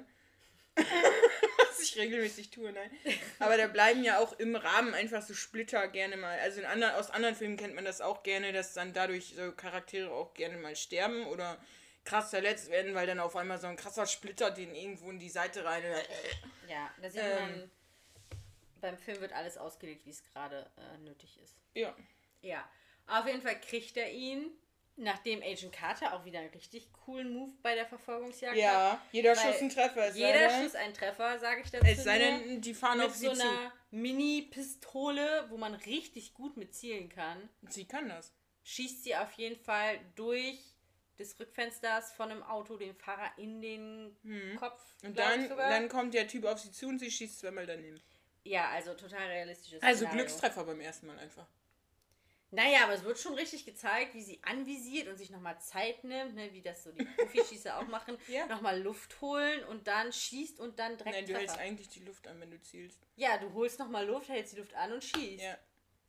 was ich regelmäßig tue, nein. Aber da bleiben ja auch im Rahmen einfach so Splitter gerne mal. Also aus anderen Filmen kennt man das auch gerne, dass dann dadurch so Charaktere auch gerne mal sterben oder krass verletzt werden, weil dann auf einmal so ein krasser Splitter den irgendwo in die Seite rein. Ja, da sieht man, beim Film wird alles ausgelegt, wie es gerade nötig ist. Ja. Ja, auf jeden Fall kriegt er ihn, nachdem Agent Carter auch wieder einen richtig coolen Move bei der Verfolgungsjagd hat. Ja, jeder Weil Schuss ein Treffer. Jeder Schuss ein Treffer, sage ich dazu. Es sei nur. denn, die fahren Mit auf so sie zu. einer Mini-Pistole, wo man richtig gut mit zielen kann, Sie kann das. schießt sie auf jeden Fall durch des Rückfensters von einem Auto den Fahrer in den Kopf. Und glaub ich dann, sogar. dann kommt der Typ auf sie zu und sie schießt zweimal daneben. Ja, also total realistisches Also Szenario. Glückstreffer beim ersten Mal einfach. Naja, aber es wird schon richtig gezeigt, wie sie anvisiert und sich nochmal Zeit nimmt, ne, wie das so die Profischießer auch machen. Ja. Nochmal Luft holen und dann schießt und dann direkt Nein, du hältst Treffer. eigentlich die Luft an, wenn du zielst. Ja, du holst nochmal Luft, hältst die Luft an und schießt. Ja.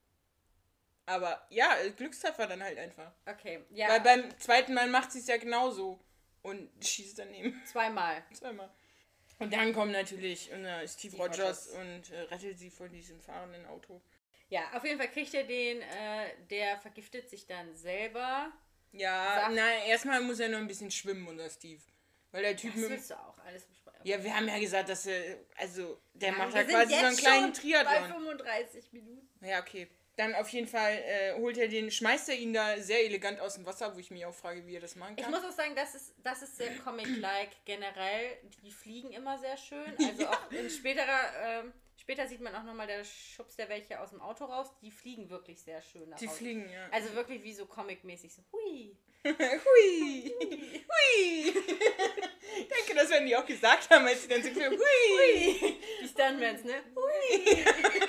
Aber ja, Glückstreffer dann halt einfach. Okay, ja, Weil beim zweiten Mal macht sie es ja genauso. Und schießt daneben. zweimal. Zweimal. Und dann kommt natürlich Steve Steve Rogers Rogers. und rettet sie von diesem fahrenden Auto. Ja, auf jeden Fall kriegt er den, der vergiftet sich dann selber. Ja, erstmal muss er noch ein bisschen schwimmen, unser Steve. Weil der Typ Das willst du auch alles besprechen. Ja, wir haben ja gesagt, dass er, also, der macht wir ja quasi so einen kleinen bei Triathlon. 35 Minuten. Ja, okay. Dann auf jeden Fall schmeißt er ihn da sehr elegant aus dem Wasser, wo ich mich auch frage, wie er das machen kann. Ich muss auch sagen, das ist sehr Comic-like generell. Die fliegen immer sehr schön. Also auch in später sieht man auch nochmal, der schubst ja welche aus dem Auto raus. Die fliegen wirklich sehr schön. Die fliegen, ja. Also wirklich wie so Comic-mäßig. So, hui. Hui. Hui. Ich denke, das werden die auch gesagt haben, als sie dann so viel Hui. Die Stuntmans, ne? Hui.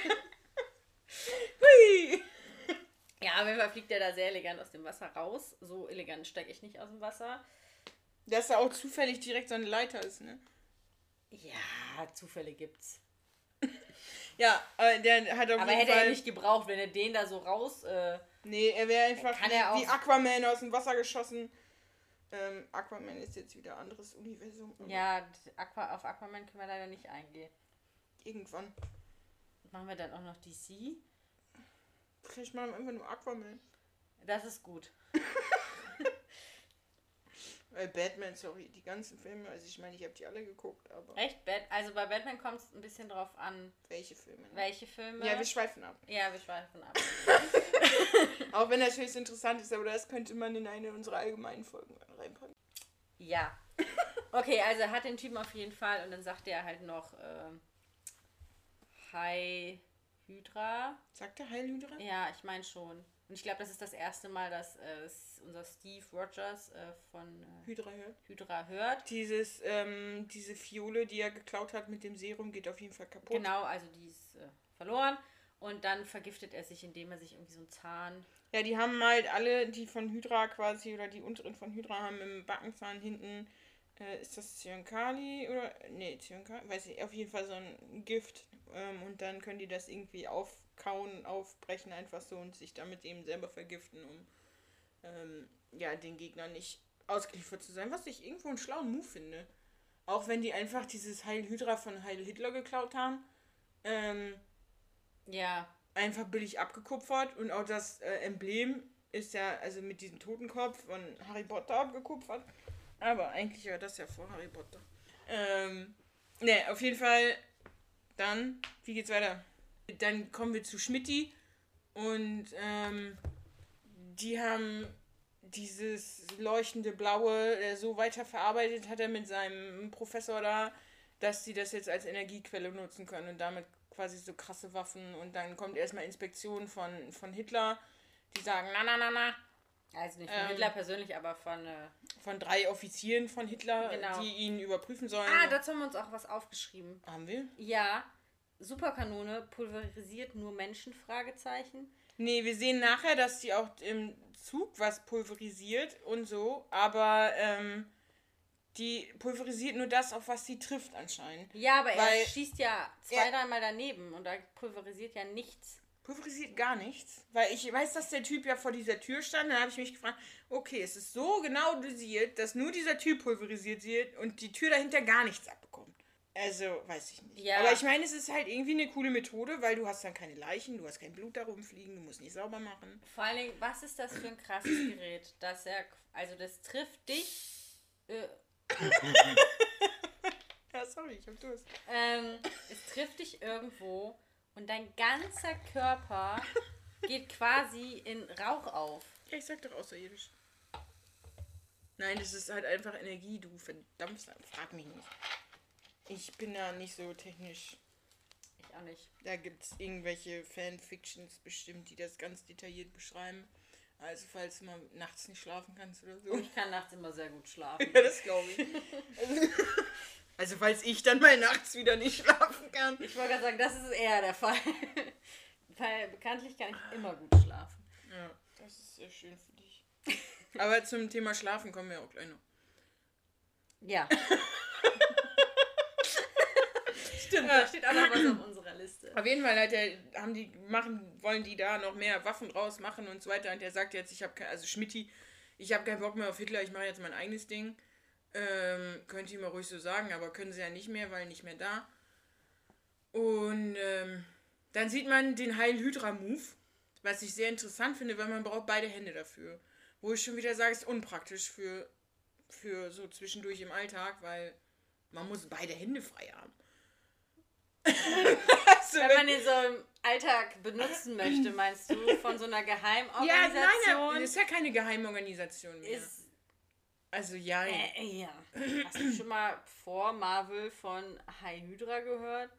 Hui. Ja, auf jeden Fall fliegt der da sehr elegant aus dem Wasser raus. So elegant stecke ich nicht aus dem Wasser. Dass da auch zufällig direkt so eine Leiter ist, ne? Ja, Zufälle gibt's. Ja, der hat auf aber jeden hätte Fall... er nicht gebraucht, wenn er den da so raus... nee, er wäre einfach wie Aquaman aus dem Wasser geschossen. Aquaman ist jetzt wieder ein anderes Universum. Ja, auf Aquaman können wir leider nicht eingehen. Irgendwann. Machen wir dann auch noch DC? Vielleicht machen wir einfach nur Aquaman. Das ist gut. Batman, sorry, die ganzen Filme, also ich meine, ich habe die alle geguckt, aber... Echt? Also bei Batman kommt es ein bisschen drauf an... Welche Filme? Ne? Welche Filme? Ja, wir schweifen ab. Ja, wir schweifen ab. Auch wenn das höchst interessant ist, aber das könnte man in eine unserer allgemeinen Folgen reinpacken. Ja. Okay, also er hat den Typen auf jeden Fall und dann sagt er halt noch Hi Hydra. Sagt er Heil Hydra? Ja, ich meine schon. Und ich glaube, das ist das erste Mal, dass unser Steve Rogers von Hydra hört. Diese Fiole, die er geklaut hat mit dem Serum, geht auf jeden Fall kaputt. Genau, also die ist verloren. Und dann vergiftet er sich, indem er sich irgendwie so einen Zahn... Ja, die haben halt alle, die von Hydra quasi, oder die unteren von Hydra haben im Backenzahn hinten, ist das Zyankali oder... Nee, Zyankali, weiß ich, auf jeden Fall so ein Gift. Und dann können die das irgendwie aufkauen, aufbrechen einfach so und sich damit eben selber vergiften, um den Gegnern nicht ausgeliefert zu sein. Was ich irgendwo einen schlauen Move finde. Auch wenn die einfach dieses Heil Hydra von Heil Hitler geklaut haben. Ja. Einfach billig abgekupfert und auch das Emblem ist ja also mit diesem Totenkopf von Harry Potter abgekupfert. Aber eigentlich war das ja vor Harry Potter. Auf jeden Fall dann, wie geht's weiter? Dann kommen wir zu Schmidti und die haben dieses leuchtende Blaue so weiterverarbeitet hat er mit seinem Professor da, dass sie das jetzt als Energiequelle nutzen können und damit quasi so krasse Waffen und dann kommt erstmal Inspektion von Hitler, die sagen, na. Also nicht von Hitler persönlich, aber von 3 Offizieren von Hitler, genau, die ihn überprüfen sollen. Dazu haben wir uns auch was aufgeschrieben. Haben wir? Ja. Superkanone pulverisiert nur Menschen? Fragezeichen. Nee, wir sehen nachher, dass die auch im Zug was pulverisiert und so, aber die pulverisiert nur das, auf was sie trifft anscheinend. Ja, aber er schießt ja 2-3 Mal daneben und da pulverisiert ja nichts. Pulverisiert gar nichts, weil ich weiß, dass der Typ ja vor dieser Tür stand, dann habe ich mich gefragt, okay, es ist so genau dosiert, dass nur dieser Typ pulverisiert wird und die Tür dahinter gar nichts abbekommt. Also, weiß ich nicht. Ja. Aber ich meine, es ist halt irgendwie eine coole Methode, weil du hast dann keine Leichen, du hast kein Blut da rumfliegen, du musst nicht sauber machen. Vor allen Dingen, was ist das für ein krasses Gerät? Das trifft dich... Ja, sorry, ich hab Durst. Es trifft dich irgendwo und dein ganzer Körper geht quasi in Rauch auf. Ja, ich sag doch außerirdisch. Nein, das ist halt einfach Energie, du verdampfst. Frag mich nicht. Ich bin da nicht so technisch. Ich auch nicht. Da gibt's irgendwelche Fanfictions bestimmt, die das ganz detailliert beschreiben. Also falls du mal nachts nicht schlafen kannst oder so. Ich kann nachts immer sehr gut schlafen. Ja, das glaube ich. Also falls ich dann mal nachts wieder nicht schlafen kann. Ich wollte gerade sagen, das ist eher der Fall. Weil bekanntlich kann ich immer gut schlafen. Ja, das ist sehr schön für dich. Aber zum Thema Schlafen kommen wir auch gleich noch. Ja. Stimmt, da steht auch noch was auf unserer Liste. Auf jeden Fall wollen die da noch mehr Waffen draus machen und so weiter. Und der sagt jetzt, Schmidti, ich habe keinen Bock mehr auf Hitler, ich mache jetzt mein eigenes Ding. Könnt ihr mal ruhig so sagen, aber können sie ja nicht mehr, weil nicht mehr da. Und Dann sieht man den Heil Hydra Move, was ich sehr interessant finde, weil man braucht beide Hände dafür. Wo ich schon wieder sage, ist unpraktisch für so zwischendurch im Alltag, weil man muss beide Hände frei haben. Also, wenn man den so im Alltag benutzen möchte, meinst du, von so einer Geheimorganisation? Ja, nein, ist ja keine Geheimorganisation mehr. Also ja. Ja. Hast du schon mal vor Marvel von High Hydra gehört?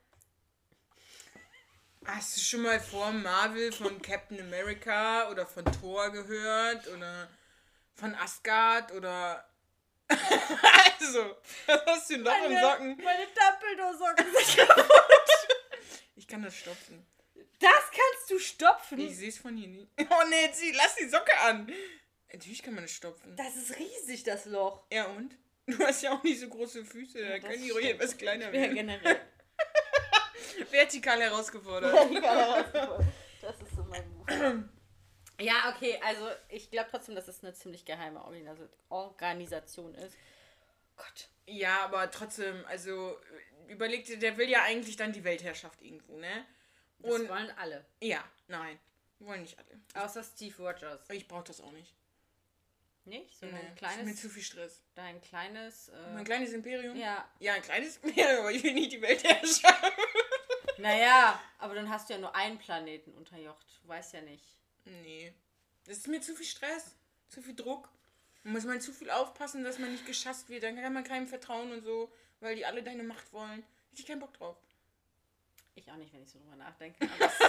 Hast du schon mal vor Marvel von Captain America oder von Thor gehört? Oder von Asgard? Oder... Also, was hast du noch im Socken? Meine Dumbledore-Socken sind kaputt. Ich kann das stopfen. Das kannst du stopfen? Ich sehe es von hier nicht. Oh nee, lass die Socke an. Natürlich kann man das stopfen. Das ist riesig, das Loch. Ja und? Du hast ja auch nicht so große Füße, da können die ruhig etwas kleiner werden. Ja, generell. Vertikal herausgefordert. Das ist so mein Move. Ja, okay, also ich glaube trotzdem, dass es eine ziemlich geheime Organisation ist. Gott. Ja, aber trotzdem, also überleg dir, der will ja eigentlich dann die Weltherrschaft irgendwo, ne? Und das wollen alle. Ja, nein, wollen nicht alle. Außer Steve Rogers. Ich brauche das auch nicht. Nicht? So nee, ein kleines... Ist mir zu viel Stress. Dein kleines... Mein kleines Imperium? Ja. Ja, ein kleines Imperium, aber ich will nicht die Weltherrschaft. Naja, aber dann hast du ja nur einen Planeten unterjocht. Du weißt ja nicht. Nee. Das ist mir zu viel Stress. Zu viel Druck. Da muss man zu viel aufpassen, dass man nicht geschasst wird. Dann kann man keinem vertrauen und so, weil die alle deine Macht wollen. Hätte ich keinen Bock drauf. Ich auch nicht, wenn ich so drüber nachdenke.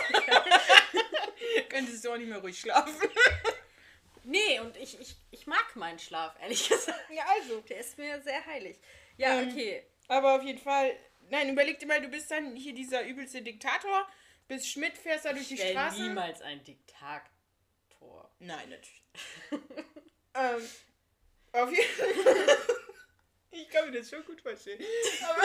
Könntest du auch nicht mehr ruhig schlafen. Nee, und ich mag meinen Schlaf, ehrlich gesagt. Ja, also. Der ist mir sehr heilig. Ja, okay. Aber auf jeden Fall, nein, überleg dir mal, du bist dann hier dieser übelste Diktator, bist Schmidt, fährst da durch die Straße. Ich niemals ein Diktator. Nein, natürlich. Auf jeden Fall. Ich kann mir das schon gut vorstellen. Aber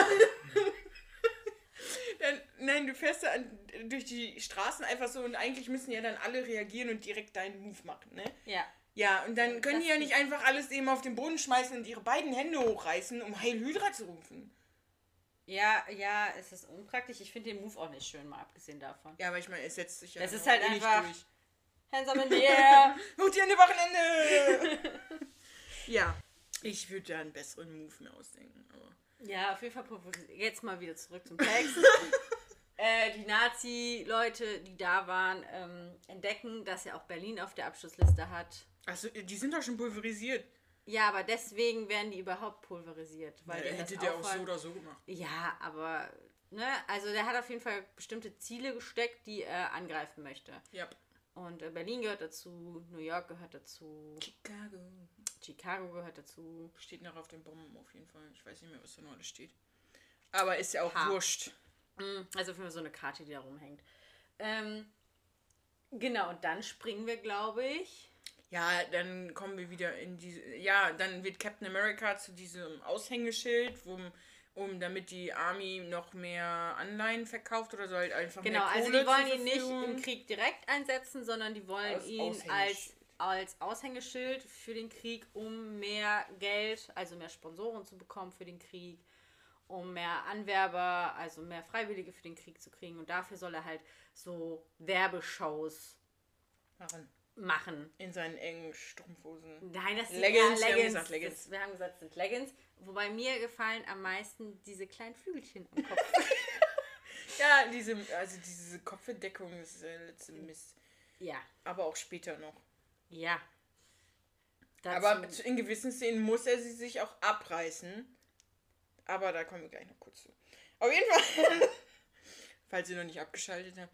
nein, du fährst da durch die Straßen einfach so und eigentlich müssen ja dann alle reagieren und direkt deinen Move machen, ne? Ja. Ja, und dann können die ja nicht einfach alles eben auf den Boden schmeißen und ihre beiden Hände hochreißen, um Heil Hydra zu rufen. Ja, es ist unpraktisch. Ich finde den Move auch nicht schön, mal abgesehen davon. Ja, aber ich meine, es setzt sich ja es ist halt einfach durch. Hands up in the air. Hoch die Hände, Wochenende! Ja, ich würde da einen besseren Move mir ausdenken. Aber ja, auf jeden Fall jetzt mal wieder zurück zum Text. Die Nazi-Leute, die da waren, entdecken, dass er auch Berlin auf der Abschlussliste hat. Achso, die sind doch schon pulverisiert. Ja, aber deswegen werden die überhaupt pulverisiert. Weil ja, hätte der auch so oder so gemacht. Ja, aber, ne, also der hat auf jeden Fall bestimmte Ziele gesteckt, die er angreifen möchte. Ja. Und Berlin gehört dazu, New York gehört dazu. Chicago gehört dazu. Steht noch auf den Bomben auf jeden Fall. Ich weiß nicht mehr, was da noch alles steht. Aber ist ja auch wurscht. Also für so eine Karte, die da rumhängt. Genau, und dann springen wir, glaube ich. Ja, dann kommen wir wieder in diese... Ja, dann wird Captain America zu diesem Aushängeschild, damit die Army noch mehr Anleihen verkauft oder so halt einfach mehr Kohle. Genau, also die wollen ihn nicht im Krieg direkt einsetzen, sondern die wollen ihn als Aushängeschild für den Krieg, um mehr Geld, also mehr Sponsoren zu bekommen für den Krieg, um mehr Anwerber, also mehr Freiwillige für den Krieg zu kriegen. Und dafür soll er halt so Werbeshows machen. In seinen engen Strumpfhosen. Nein, das sind Leggings. Leggings. Wir haben gesagt, es sind Leggings. Wobei mir gefallen am meisten diese kleinen Flügelchen am Kopf. Ja, diese Kopfbedeckung ist der letzte Mist. Ja. Aber auch später noch. Ja. Aber in gewissen Szenen muss er sie sich auch abreißen. Aber da kommen wir gleich noch kurz zu. Auf jeden Fall. Falls ihr noch nicht abgeschaltet habt.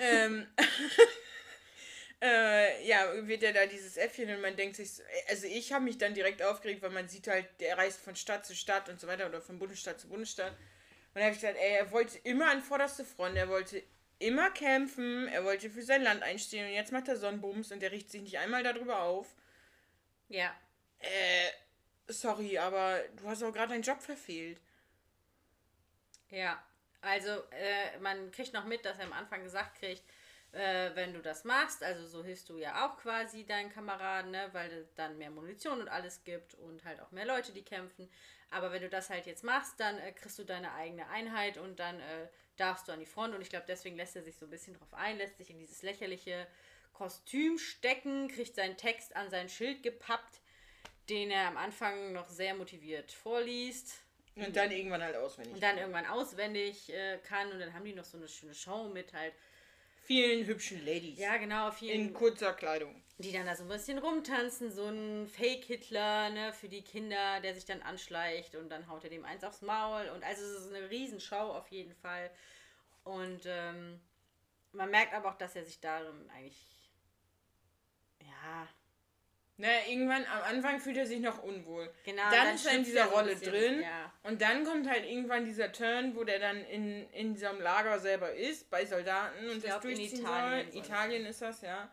Wird ja da dieses Äffchen und man denkt sich, also ich habe mich dann direkt aufgeregt, weil man sieht halt, der reist von Stadt zu Stadt und so weiter oder von Bundesstaat zu Bundesstaat. Und da habe ich gesagt, er wollte immer an vorderste Front, er wollte immer kämpfen, er wollte für sein Land einstehen und jetzt macht er Sonnenbums und der richtet sich nicht einmal darüber auf. Ja. Sorry, aber du hast auch gerade deinen Job verfehlt. Ja, also man kriegt noch mit, dass er am Anfang gesagt kriegt, wenn du das machst. Also so hilfst du ja auch quasi deinen Kameraden, ne? Weil es dann mehr Munition und alles gibt und halt auch mehr Leute, die kämpfen. Aber wenn du das halt jetzt machst, dann kriegst du deine eigene Einheit und dann darfst du an die Front. Und ich glaube, deswegen lässt er sich so ein bisschen drauf ein, lässt sich in dieses lächerliche Kostüm stecken, kriegt seinen Text an sein Schild gepappt, den er am Anfang noch sehr motiviert vorliest. Und dann irgendwann halt auswendig. Und dann irgendwann auswendig kann. Und dann haben die noch so eine schöne Show mit halt vielen hübschen Ladies. Ja, genau, vielen. In kurzer Kleidung. Die dann da so ein bisschen rumtanzen, so ein Fake-Hitler, ne, für die Kinder, der sich dann anschleicht und dann haut er dem eins aufs Maul. Und also es ist eine Riesenshow auf jeden Fall. Und man merkt aber auch, dass er sich darin eigentlich, ja... Naja, irgendwann, am Anfang fühlt er sich noch unwohl. Genau. Dann ist er in dieser Rolle drin. Ja. Und dann kommt halt irgendwann dieser Turn, wo der dann in diesem Lager selber ist, bei Soldaten und das durchziehen soll. Italien ist das, ja.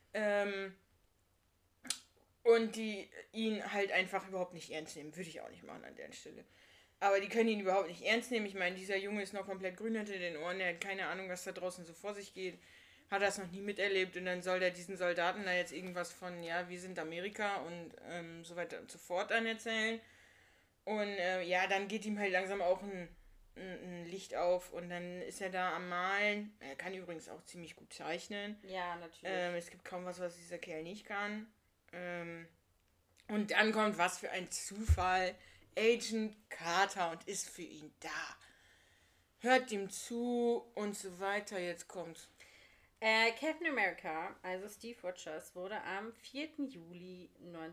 Und die ihn halt einfach überhaupt nicht ernst nehmen. Würde ich auch nicht machen an der Stelle. Aber die können ihn überhaupt nicht ernst nehmen. Ich meine, dieser Junge ist noch komplett grün hinter den Ohren. Der hat keine Ahnung, was da draußen so vor sich geht. Hat das noch nie miterlebt und dann soll der diesen Soldaten da jetzt irgendwas von, ja, wir sind Amerika und so weiter und so fort dann erzählen. Und ja, dann geht ihm halt langsam auch ein Licht auf und dann ist er da am Malen. Er kann übrigens auch ziemlich gut zeichnen. Ja, natürlich. Es gibt kaum was dieser Kerl nicht kann. Und dann kommt was für ein Zufall. Agent Carter und ist für ihn da. Hört ihm zu und so weiter. Jetzt kommt's. Captain America, also Steve Rogers, wurde am 4. Juli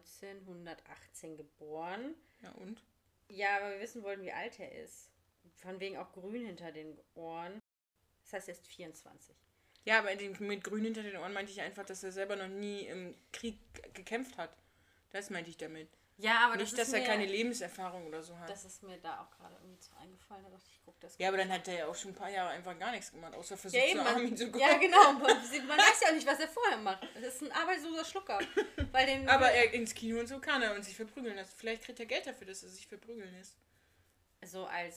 1918 geboren. Ja, und? Ja, aber wir wissen wollen, wie alt er ist. Von wegen auch grün hinter den Ohren. Das heißt, er ist 24. Ja, aber mit grün hinter den Ohren meinte ich einfach, dass er selber noch nie im Krieg gekämpft hat. Das meinte ich damit. Ja, aber nicht, dass er keine Lebenserfahrung oder so hat. Das ist mir da auch gerade irgendwie so eingefallen. Da dachte ich, guck das. Ja, aber dann hat er ja auch schon ein paar Jahre einfach gar nichts gemacht, außer versucht, ja, zur Army zu kommen. Ja, genau. Man weiß ja auch nicht, was er vorher macht. Das ist ein arbeitsloser Schlucker. Aber er ins Kino und so kann er und sich verprügeln lässt. Vielleicht kriegt er Geld dafür, dass er sich verprügeln lässt. So als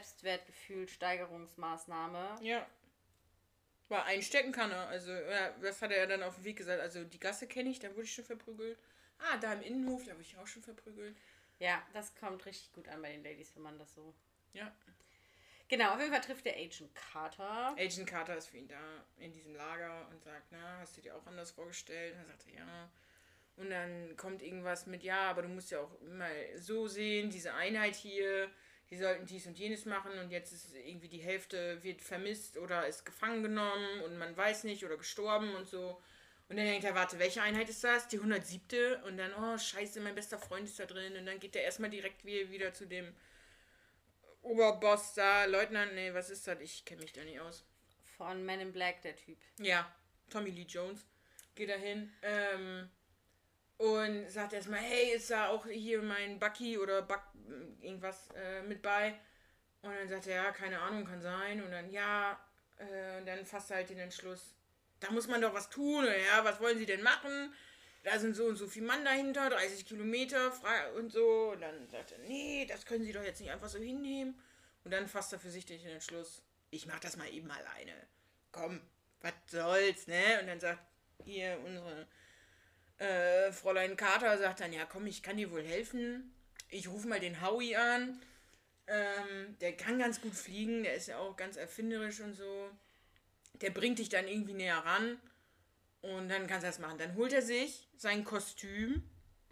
Selbstwertgefühl-Steigerungsmaßnahme. Ja. Weil einstecken kann er. Also, ja, das hat er ja dann auf dem Weg gesagt. Also, die Gasse kenne ich, da wurde ich schon verprügelt. Ah, da im Innenhof, da wurde ich auch schon verprügelt. Ja, das kommt richtig gut an bei den Ladies, wenn man das so... Ja. Genau, auf jeden Fall trifft der Agent Carter. Agent Carter ist für ihn da in diesem Lager und sagt, na, hast du dir auch anders vorgestellt? Und dann sagt er, ja. Und dann kommt irgendwas mit, ja, aber du musst ja auch immer so sehen, diese Einheit hier, die sollten dies und jenes machen und jetzt ist irgendwie die Hälfte wird vermisst oder ist gefangen genommen und man weiß nicht oder gestorben und so. Und dann denkt er, warte, welche Einheit ist das? Die 107. Und dann, oh, scheiße, mein bester Freund ist da drin. Und dann geht er erstmal direkt wieder zu dem Oberboss da. Leutnant, nee, was ist das? Ich kenne mich da nicht aus. Von Men in Black, der Typ. Ja, Tommy Lee Jones. Geht da hin. Und sagt erstmal, hey, ist da auch hier mein Bucky oder irgendwas mit bei? Und dann sagt er, ja, keine Ahnung, kann sein. Und dann, ja, und dann fasst er halt den Entschluss, da muss man doch was tun, ja, was wollen sie denn machen? Da sind so und so viel Mann dahinter, 30 Kilometer frei und so. Und dann sagt er, nee, das können sie doch jetzt nicht einfach so hinnehmen. Und dann fasst er für sich den Entschluss, ich mach das mal eben alleine. Komm, was soll's, ne? Und dann sagt hier unsere Fräulein Carter, sagt dann, ja komm, ich kann dir wohl helfen. Ich rufe mal den Howie an. Der kann ganz gut fliegen, der ist ja auch ganz erfinderisch und so. Der bringt dich dann irgendwie näher ran und dann kannst du das machen. Dann holt er sich sein Kostüm,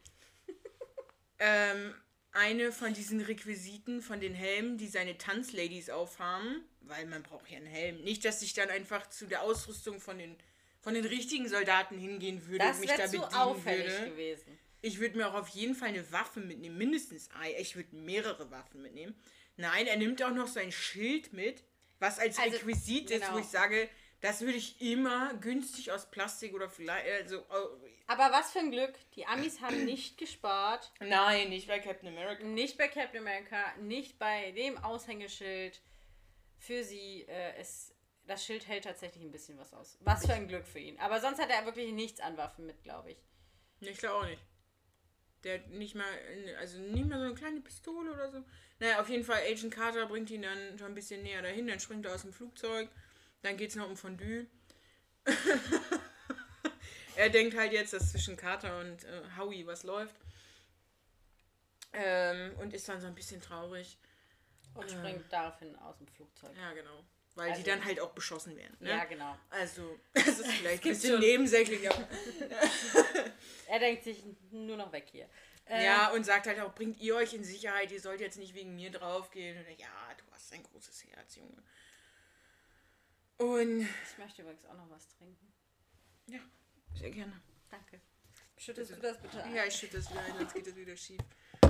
eine von diesen Requisiten, von den Helmen, die seine Tanzladies aufhaben, weil man braucht ja einen Helm. Nicht, dass ich dann einfach zu der Ausrüstung von den richtigen Soldaten hingehen würde und mich da bedienen würde. Gewesen. Ich würde mir auch auf jeden Fall eine Waffe mitnehmen, mindestens ich würde mehrere Waffen mitnehmen. Nein, er nimmt auch noch sein Schild mit, was als Requisit ist, wo ich sage, das würde ich immer günstig aus Plastik oder vielleicht... Aber was für ein Glück, die Amis haben nicht gespart. Nein, nicht bei Captain America. Nicht bei Captain America, nicht bei dem Aushängeschild. Für sie, das Schild hält tatsächlich ein bisschen was aus. Was für ein Glück für ihn. Aber sonst hat er wirklich nichts an Waffen mit, glaube ich. Ich glaube auch nicht. Der hat nicht mal so eine kleine Pistole oder so. Naja, auf jeden Fall, Agent Carter bringt ihn dann schon ein bisschen näher dahin, dann springt er aus dem Flugzeug, dann geht's noch um Fondue. Er denkt halt jetzt, dass zwischen Carter und Howie was läuft. Und ist dann so ein bisschen traurig. Und springt daraufhin aus dem Flugzeug. Ja, genau. Weil die dann halt auch beschossen werden. Ne? Ja, genau. Also, das ist vielleicht ein bisschen nebensächlich, aber... Er denkt sich nur noch weg hier. Ja, und sagt halt auch, bringt ihr euch in Sicherheit, ihr sollt jetzt nicht wegen mir draufgehen. Und ja, du hast ein großes Herz, Junge. Und... Ich möchte übrigens auch noch was trinken. Ja, sehr gerne. Danke. Schüttest du das bitte ein? Ja, ich schütte das wieder ein, sonst geht das wieder schief.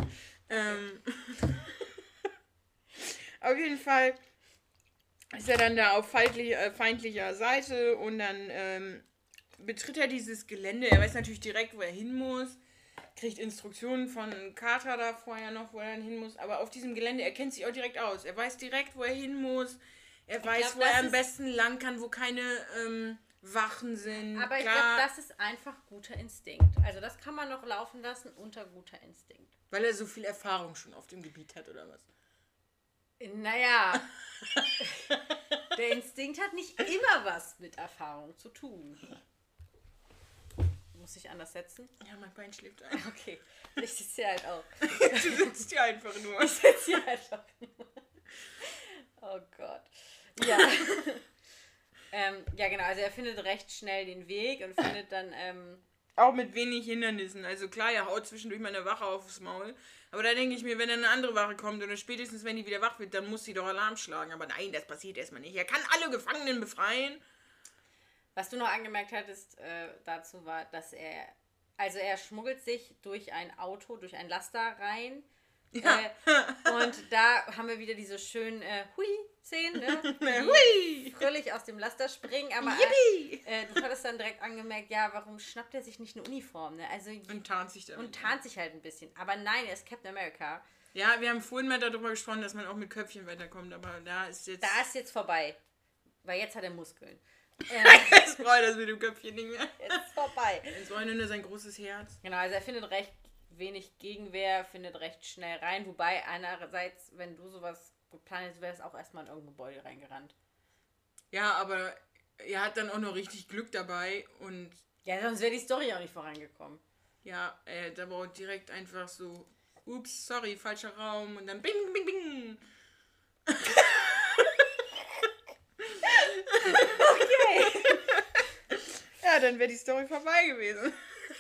Auf jeden Fall ist er dann da auf feindlicher Seite und dann betritt er dieses Gelände. Er weiß natürlich direkt, wo er hin muss. Kriegt Instruktionen von Carter da vorher noch, wo er dann hin muss. Aber auf diesem Gelände, er kennt sich auch direkt aus. Er weiß direkt, wo er hin muss. Er weiß, wo er am besten lang kann, wo keine Wachen sind. Aber ich glaube, das ist einfach guter Instinkt. Also das kann man noch laufen lassen unter guter Instinkt. Weil er so viel Erfahrung schon auf dem Gebiet hat, oder was? Naja, der Instinkt hat nicht immer was mit Erfahrung zu tun. Muss ich anders setzen? Ja, mein Bein schläft ein. Okay, ich sitze hier halt auch. Du sitzt hier einfach nur. Ich sitze hier einfach nur. Oh Gott. Ja. Ja, genau, also er findet recht schnell den Weg und findet dann... Auch mit wenig Hindernissen. Also klar, er haut zwischendurch mal eine Wache aufs Maul. Aber da denke ich mir, wenn dann eine andere Wache kommt oder spätestens, wenn die wieder wach wird, dann muss sie doch Alarm schlagen. Aber nein, das passiert erstmal nicht. Er kann alle Gefangenen befreien. Was du noch angemerkt hattest dazu war, dass er schmuggelt sich durch ein Auto, durch ein Laster rein. Ja. Und da haben wir wieder diese schönen Hui-Szenen, ne? Hui! Fröhlich aus dem Laster springen, aber du hattest dann direkt angemerkt, ja, warum schnappt er sich nicht eine Uniform, ne? Also, und tarnt sich damit. Und tarnt sich halt ein bisschen. Aber nein, er ist Captain America. Ja, wir haben vorhin mal darüber gesprochen, dass man auch mit Köpfchen weiterkommt, aber da ist jetzt vorbei. Weil jetzt hat er Muskeln. Jetzt brauche ich das mit dem Köpfchen nicht mehr. Jetzt ist vorbei. Jetzt brauche ich nur sein großes Herz. Genau, also er findet recht wenig Gegenwehr, findet recht schnell rein. Wobei einerseits, wenn du sowas geplant hättest, wäre es auch erstmal in irgendein Gebäude reingerannt. Ja, aber er hat dann auch noch richtig Glück dabei und... Ja, sonst wäre die Story auch nicht vorangekommen. Ja, da war direkt einfach so, ups, sorry, falscher Raum und dann bing, bing, bing. Okay. Ja, dann wäre die Story vorbei gewesen.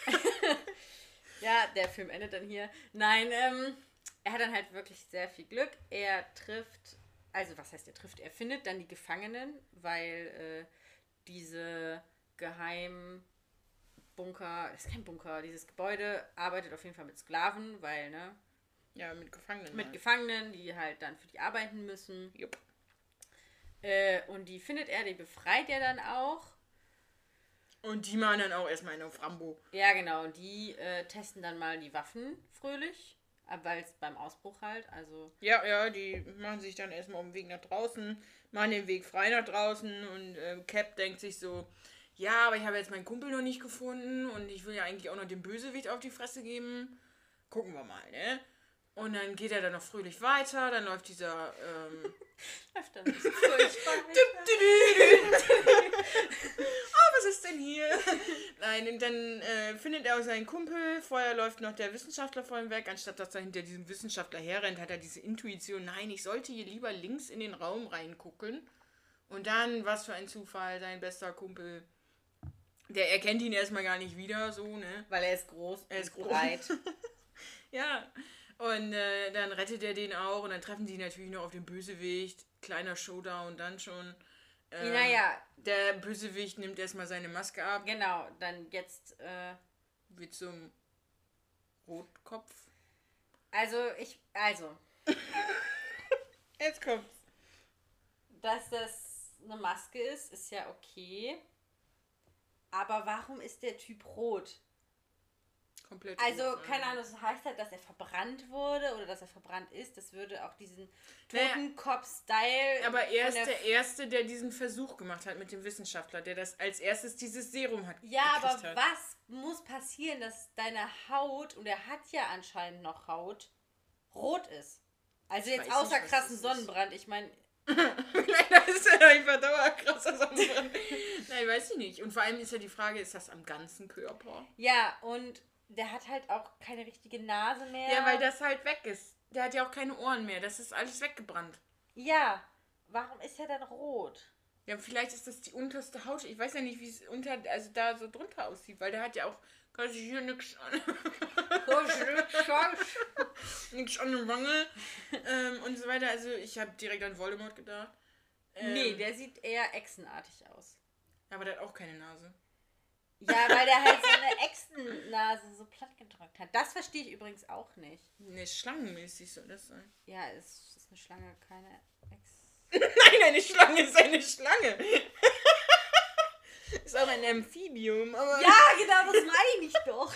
Ja, der Film endet dann hier. Nein, er hat dann halt wirklich sehr viel Glück. Er trifft, also was heißt er trifft? Er findet dann die Gefangenen, weil diese Geheimbunker, das ist kein Bunker, dieses Gebäude arbeitet auf jeden Fall mit Sklaven, weil, ne? Ja, mit Gefangenen. Mit Gefangenen, die halt dann für die arbeiten müssen. Jupp. Und die findet er, die befreit er dann auch. Und die machen dann auch erstmal einen auf Rambo. Ja, genau. Und die testen dann mal die Waffen fröhlich. Weil es beim Ausbruch halt, also... Ja, die machen sich dann erstmal auf den Weg nach draußen, machen den Weg frei nach draußen und Cap denkt sich so, ja, aber ich habe jetzt meinen Kumpel noch nicht gefunden und ich will ja eigentlich auch noch dem Bösewicht auf die Fresse geben. Gucken wir mal, ne? Und dann geht er dann noch fröhlich weiter, dann läuft dieser... läuft dann nicht so fröhlich was ist denn hier? Nein, und dann findet er auch seinen Kumpel. Vorher läuft noch der Wissenschaftler vor ihm weg. Anstatt dass er hinter diesem Wissenschaftler herrennt, hat er diese Intuition, nein, ich sollte hier lieber links in den Raum reingucken. Und dann, was für ein Zufall, sein bester Kumpel, der erkennt ihn erstmal gar nicht wieder, so, ne? Weil er ist groß, er ist breit. Ja, und dann rettet er den auch und dann treffen die natürlich noch auf den Bösewicht. Kleiner Showdown dann schon. Naja. Der Bösewicht nimmt erstmal seine Maske ab. Genau, dann jetzt wird zum Rotkopf. Also. Jetzt kommt's. Dass das eine Maske ist ja okay. Aber warum ist der Typ rot? Komplett. Also, keine Ahnung, das heißt halt, dass er verbrannt wurde oder dass er verbrannt ist. Das würde auch diesen Totenkopf-Style... Aber er ist der Erste, der diesen Versuch gemacht hat mit dem Wissenschaftler, der das als erstes dieses Serum hat. Ja, aber was muss passieren, dass deine Haut, und er hat ja anscheinend noch Haut, rot ist? Also jetzt außer krassen Sonnenbrand. Ich meine, Vielleicht ist er einfach dauerkrasser Sonnenbrand. Nein, weiß ich nicht. Und vor allem ist ja die Frage, ist das am ganzen Körper? Ja, und der hat halt auch keine richtige Nase mehr. Ja, weil das halt weg ist. Der hat ja auch keine Ohren mehr. Das ist alles weggebrannt. Ja, warum ist er dann rot? Ja, vielleicht ist das die unterste Haut. Ich weiß ja nicht, wie es also da so drunter aussieht, weil der hat ja auch quasi hier nichts an. Nichts an der Wange und so weiter. Also ich habe direkt an Voldemort gedacht. Nee, der sieht eher echsenartig aus. Aber der hat auch keine Nase. Ja, weil der halt seine Echsennase so platt gedrückt hat. Das verstehe ich übrigens auch nicht. Ne, schlangenmäßig soll das sein. Ja, es ist eine Schlange, keine Nein, eine Schlange ist eine Schlange. Ist auch ein Amphibium, aber... Ja, genau, das meine ich doch.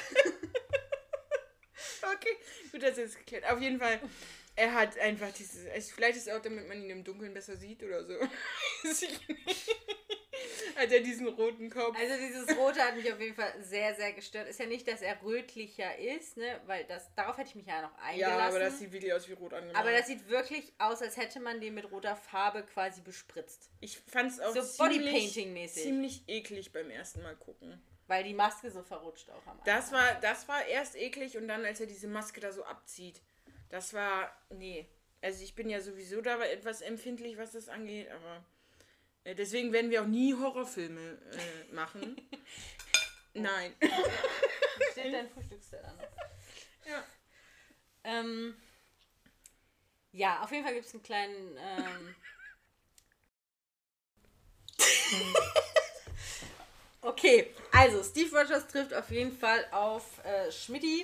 Okay, gut, dass es geklärt. Auf jeden Fall, er hat einfach dieses... Vielleicht ist es auch, damit man ihn im Dunkeln besser sieht oder so. Weiß ich nicht. Hat er diesen roten Kopf. Also dieses Rote hat mich auf jeden Fall sehr, sehr gestört. Ist ja nicht, dass er rötlicher ist, ne? Weil darauf hätte ich mich ja noch eingelassen. Ja, aber das sieht wirklich aus wie rot angemalt. Aber das sieht wirklich aus, als hätte man den mit roter Farbe quasi bespritzt. Ich fand es auch so Bodypainting-mäßig. Ziemlich eklig beim ersten Mal gucken. Weil die Maske so verrutscht auch am Anfang. Das war erst eklig und dann, als er diese Maske da so abzieht. Das war... Nee. Also ich bin ja sowieso da etwas empfindlich, was das angeht, aber... Deswegen werden wir auch nie Horrorfilme machen. Nein. Steht dein Frühstücksteller noch? Ja. Ja, auf jeden Fall gibt es einen kleinen... Okay, also Steve Rogers trifft auf jeden Fall auf Schmidti.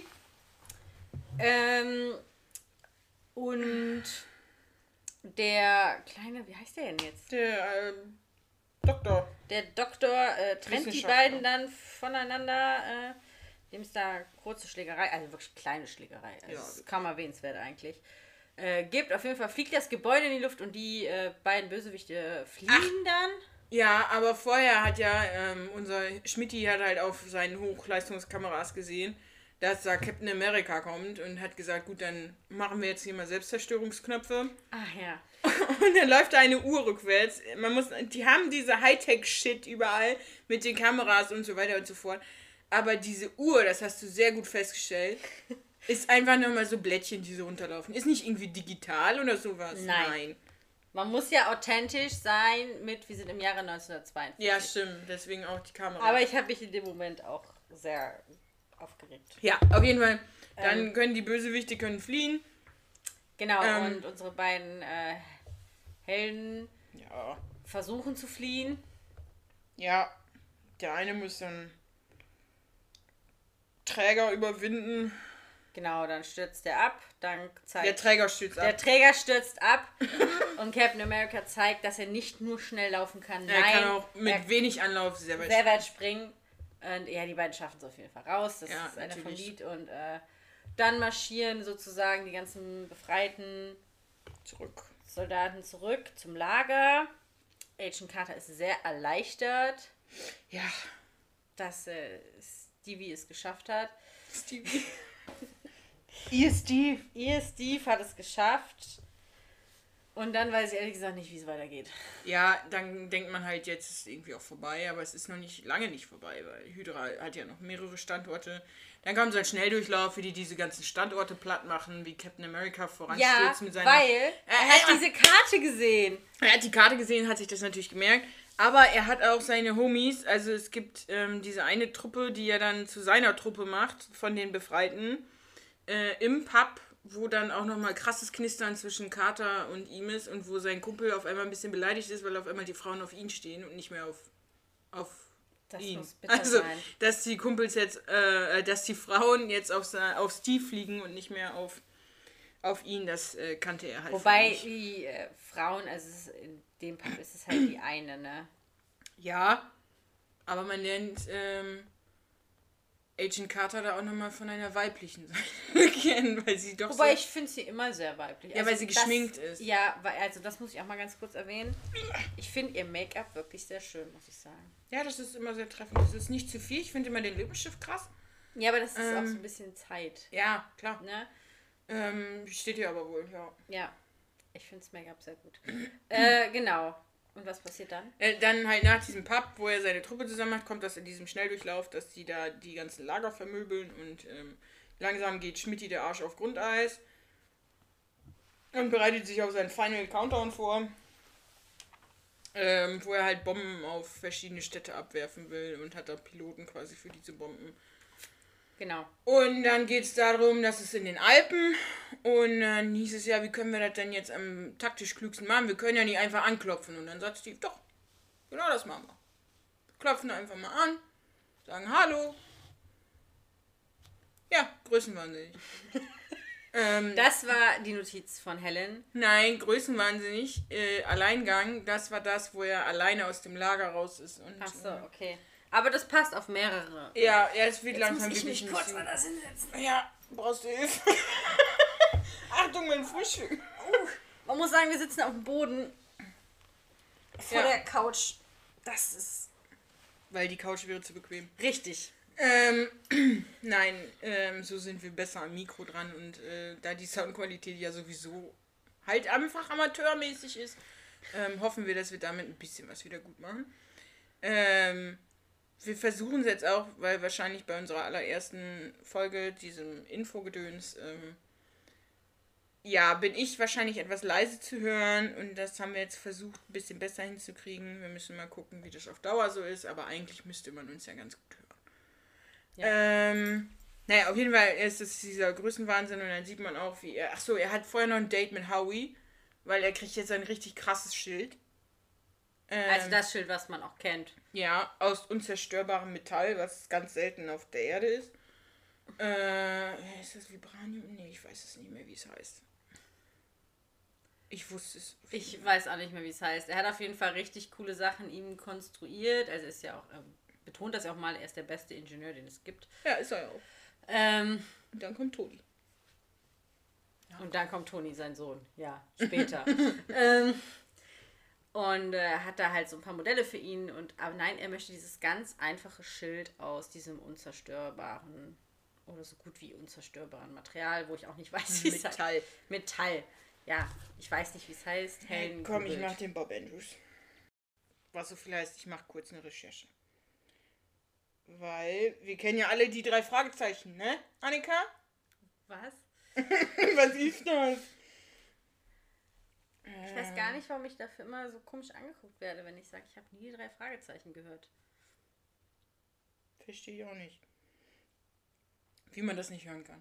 Und der kleine, wie heißt der denn jetzt? Der Doktor. Der Doktor trennt die beiden dann voneinander. Dem ist da kurze Schlägerei, also wirklich kleine Schlägerei. Also ja, das ist kaum erwähnenswert eigentlich. Gibt auf jeden Fall, fliegt das Gebäude in die Luft und die beiden Bösewichte fliehen dann. Ja, aber vorher hat ja unser Schmidti hat halt auf seinen Hochleistungskameras gesehen, dass da Captain America kommt und hat gesagt, gut, dann machen wir jetzt hier mal Selbstzerstörungsknöpfe. Ach ja. Und dann läuft da eine Uhr rückwärts. Die haben diese Hightech-Shit überall mit den Kameras und so weiter und so fort. Aber diese Uhr, das hast du sehr gut festgestellt, ist einfach nochmal so Blättchen, die so runterlaufen. Ist nicht irgendwie digital oder sowas. Nein. Man muss ja authentisch sein wir sind im Jahre 1942. Ja, stimmt. Deswegen auch die Kamera. Aber ich habe mich in dem Moment auch sehr aufgeregt. Ja, auf jeden Fall. Dann können die Bösewichte fliehen. Genau, und unsere beiden Helden versuchen zu fliehen. Ja, der eine muss dann Träger überwinden. Genau, dann stürzt der ab. Der Träger stürzt ab. Der Träger stürzt ab und Captain America zeigt, dass er nicht nur schnell laufen kann. Er kann auch mit wenig Anlauf sehr weit springen. Und ja, die beiden schaffen es auf jeden Fall raus. Das ist einer vom Lied. Und dann marschieren sozusagen die ganzen befreiten Soldaten zurück zum Lager. Agent Carter ist sehr erleichtert. Ja. Dass Stevie es geschafft hat. Stevie. Ihr Steve hat es geschafft. Und dann weiß ich ehrlich gesagt nicht, wie es weitergeht. Ja, dann denkt man halt, jetzt ist es irgendwie auch vorbei, aber es ist noch lange nicht vorbei, weil Hydra hat ja noch mehrere Standorte. Dann kam so ein Schnelldurchlauf, wie die diese ganzen Standorte platt machen, wie Captain America voranstürzt mit seiner... weil er hat diese Karte gesehen. Er hat die Karte gesehen, hat sich das natürlich gemerkt, aber er hat auch seine Homies, also es gibt diese eine Truppe, die er dann zu seiner Truppe macht, von den Befreiten, im Pub, wo dann auch nochmal krasses Knistern zwischen Carter und ihm ist und wo sein Kumpel auf einmal ein bisschen beleidigt ist, weil auf einmal die Frauen auf ihn stehen und nicht mehr auf das ihn. Muss bitter also, sein. dass die Kumpels jetzt, dass die Frauen jetzt auf Steve fliegen und nicht mehr auf ihn, das kannte er halt. Wobei die Frauen, also in dem Pub ist es halt die eine, ne? Ja, aber man lernt Agent Carter da auch nochmal von einer weiblichen Seite kennen, weil sie doch Wobei ich finde sie immer sehr weiblich. Ja, also weil sie geschminkt ist. Ja, also das muss ich auch mal ganz kurz erwähnen. Ich finde ihr Make-up wirklich sehr schön, muss ich sagen. Ja, das ist immer sehr treffend. Das ist nicht zu viel. Ich finde immer den Lippenstift krass. Ja, aber das ist auch so ein bisschen Zeit. Ja, klar. Ne? Steht ihr aber wohl, ja. Ja. Ich finde das Make-up sehr gut. Genau. Und was passiert dann? Dann halt nach diesem Pub, wo er seine Truppe zusammen hat, kommt das in diesem Schnelldurchlauf, dass die da die ganzen Lager vermöbeln und langsam geht Schmidti der Arsch auf Grundeis und bereitet sich auf seinen Final Countdown vor, wo er halt Bomben auf verschiedene Städte abwerfen will und hat da Piloten quasi für diese Bomben. Genau. Und dann geht es darum, dass es in den Alpen und dann hieß es ja, wie können wir das denn jetzt am taktisch klügsten machen? Wir können ja nicht einfach anklopfen. Und dann sagt Steve, doch, genau das machen wir. Klopfen einfach mal an, sagen Hallo. Ja, größenwahnsinnig. Das war die Notiz von Helen. Nein, größenwahnsinnig. Alleingang, das war das, wo er alleine aus dem Lager raus ist. Und, Ach so, okay. Aber das passt auf mehrere. Ja, es wird Jetzt langsam muss ich wirklich mich kurz mal das hinsetzen. Ja, brauchst du Hilfe? Achtung, mein Frühstück. Man muss sagen, wir sitzen auf dem Boden vor Ja. der Couch. Das ist Weil die Couch wäre zu bequem. richtig. Nein, so sind wir besser am Mikro dran und da die Soundqualität ja sowieso halt einfach amateurmäßig ist, hoffen wir, dass wir damit ein bisschen was wieder gut machen. Wir versuchen es jetzt auch, weil wahrscheinlich bei unserer allerersten Folge, diesem Infogedöns, bin ich wahrscheinlich etwas leise zu hören und das haben wir jetzt versucht, ein bisschen besser hinzukriegen. Wir müssen mal gucken, wie das auf Dauer so ist, aber eigentlich müsste man uns ja ganz gut hören. Ja. Naja, auf jeden Fall ist es dieser Größenwahnsinn und dann sieht man auch, wie er... Achso, er hat vorher noch ein Date mit Howie, weil er kriegt jetzt ein richtig krasses Schild. Also das Schild, was man auch kennt. Ja, aus unzerstörbarem Metall, was ganz selten auf der Erde ist. Ist das Vibranium? Nee, ich weiß es nicht mehr, wie es heißt. Ich wusste es. Ich weiß auch nicht mehr, wie es heißt. Er hat auf jeden Fall richtig coole Sachen ihm konstruiert. Also ist ja auch, betont das ja auch mal, er ist der beste Ingenieur, den es gibt. Ja, ist er ja auch. Und dann kommt Toni. Und dann kommt Toni, sein Sohn. Ja, später. Und hat da halt so ein paar Modelle für ihn. Aber nein, er möchte dieses ganz einfache Schild aus diesem unzerstörbaren oder so gut wie unzerstörbaren Material, wo ich auch nicht weiß, wie es heißt. Metall. Metall. Ja, ich weiß nicht, wie es heißt. Helen Komm, ich googelt. mach den Bob Andrews. Was so viel heißt, ich mach kurz eine Recherche. Weil wir kennen ja alle die 3 Fragezeichen, ne, Annika? Was? Was ist das? Ich weiß gar nicht, warum ich dafür immer so komisch angeguckt werde, wenn ich sage, ich habe nie die 3 Fragezeichen gehört. Verstehe ich auch nicht. Wie man das nicht hören kann.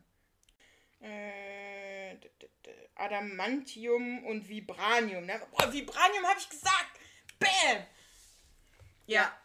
Adamantium und Vibranium. Ne? Boah, Vibranium habe ich gesagt. Bam! Ja.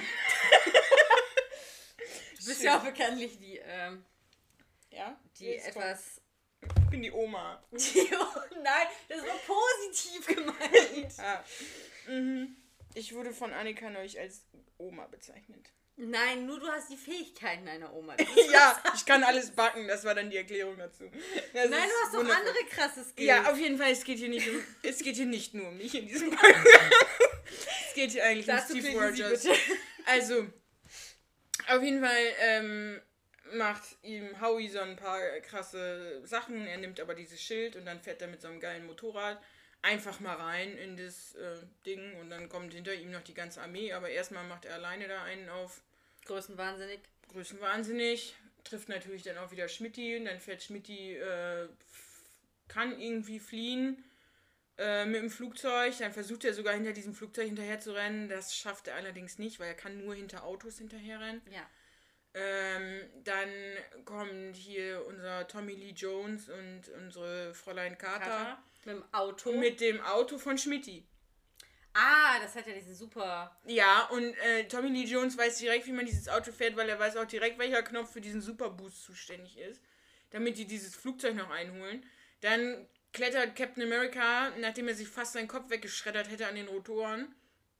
Du bist ja auch bekanntlich die, Ja? die Jetzt etwas... Ich bin die Oma. Nein, das war positiv gemeint. Ja. Ich wurde von Annika neulich als Oma bezeichnet. Nein, nur du hast die Fähigkeiten einer Oma. Ja, ich kann alles backen. Das war dann die Erklärung dazu. Nein, du hast doch andere krasse Skills. Ja, auf jeden Fall, es geht hier nicht nur um mich in diesem Podcast. Es geht hier eigentlich um Steve Rogers. Also, auf jeden Fall macht ihm Howie so ein paar krasse Sachen. Er nimmt aber dieses Schild und dann fährt er mit so einem geilen Motorrad einfach mal rein in das Ding und dann kommt hinter ihm noch die ganze Armee. Aber erstmal macht er alleine da einen auf Größenwahnsinnig. Trifft natürlich dann auch wieder Schmidti und dann fährt Schmidti, kann irgendwie fliehen mit dem Flugzeug. Dann versucht er sogar hinter diesem Flugzeug hinterher zu rennen. Das schafft er allerdings nicht, weil er kann nur hinter Autos hinterher rennen. Ja. Dann kommt hier unser Tommy Lee Jones und unsere Fräulein Carter. Mit dem Auto. Mit dem Auto von Schmidti. Ah, das hat ja diesen super... Ja, und Tommy Lee Jones weiß direkt, wie man dieses Auto fährt, weil er weiß auch direkt, welcher Knopf für diesen Superboost zuständig ist, damit die dieses Flugzeug noch einholen. Dann klettert Captain America, nachdem er sich fast seinen Kopf weggeschreddert hätte an den Rotoren.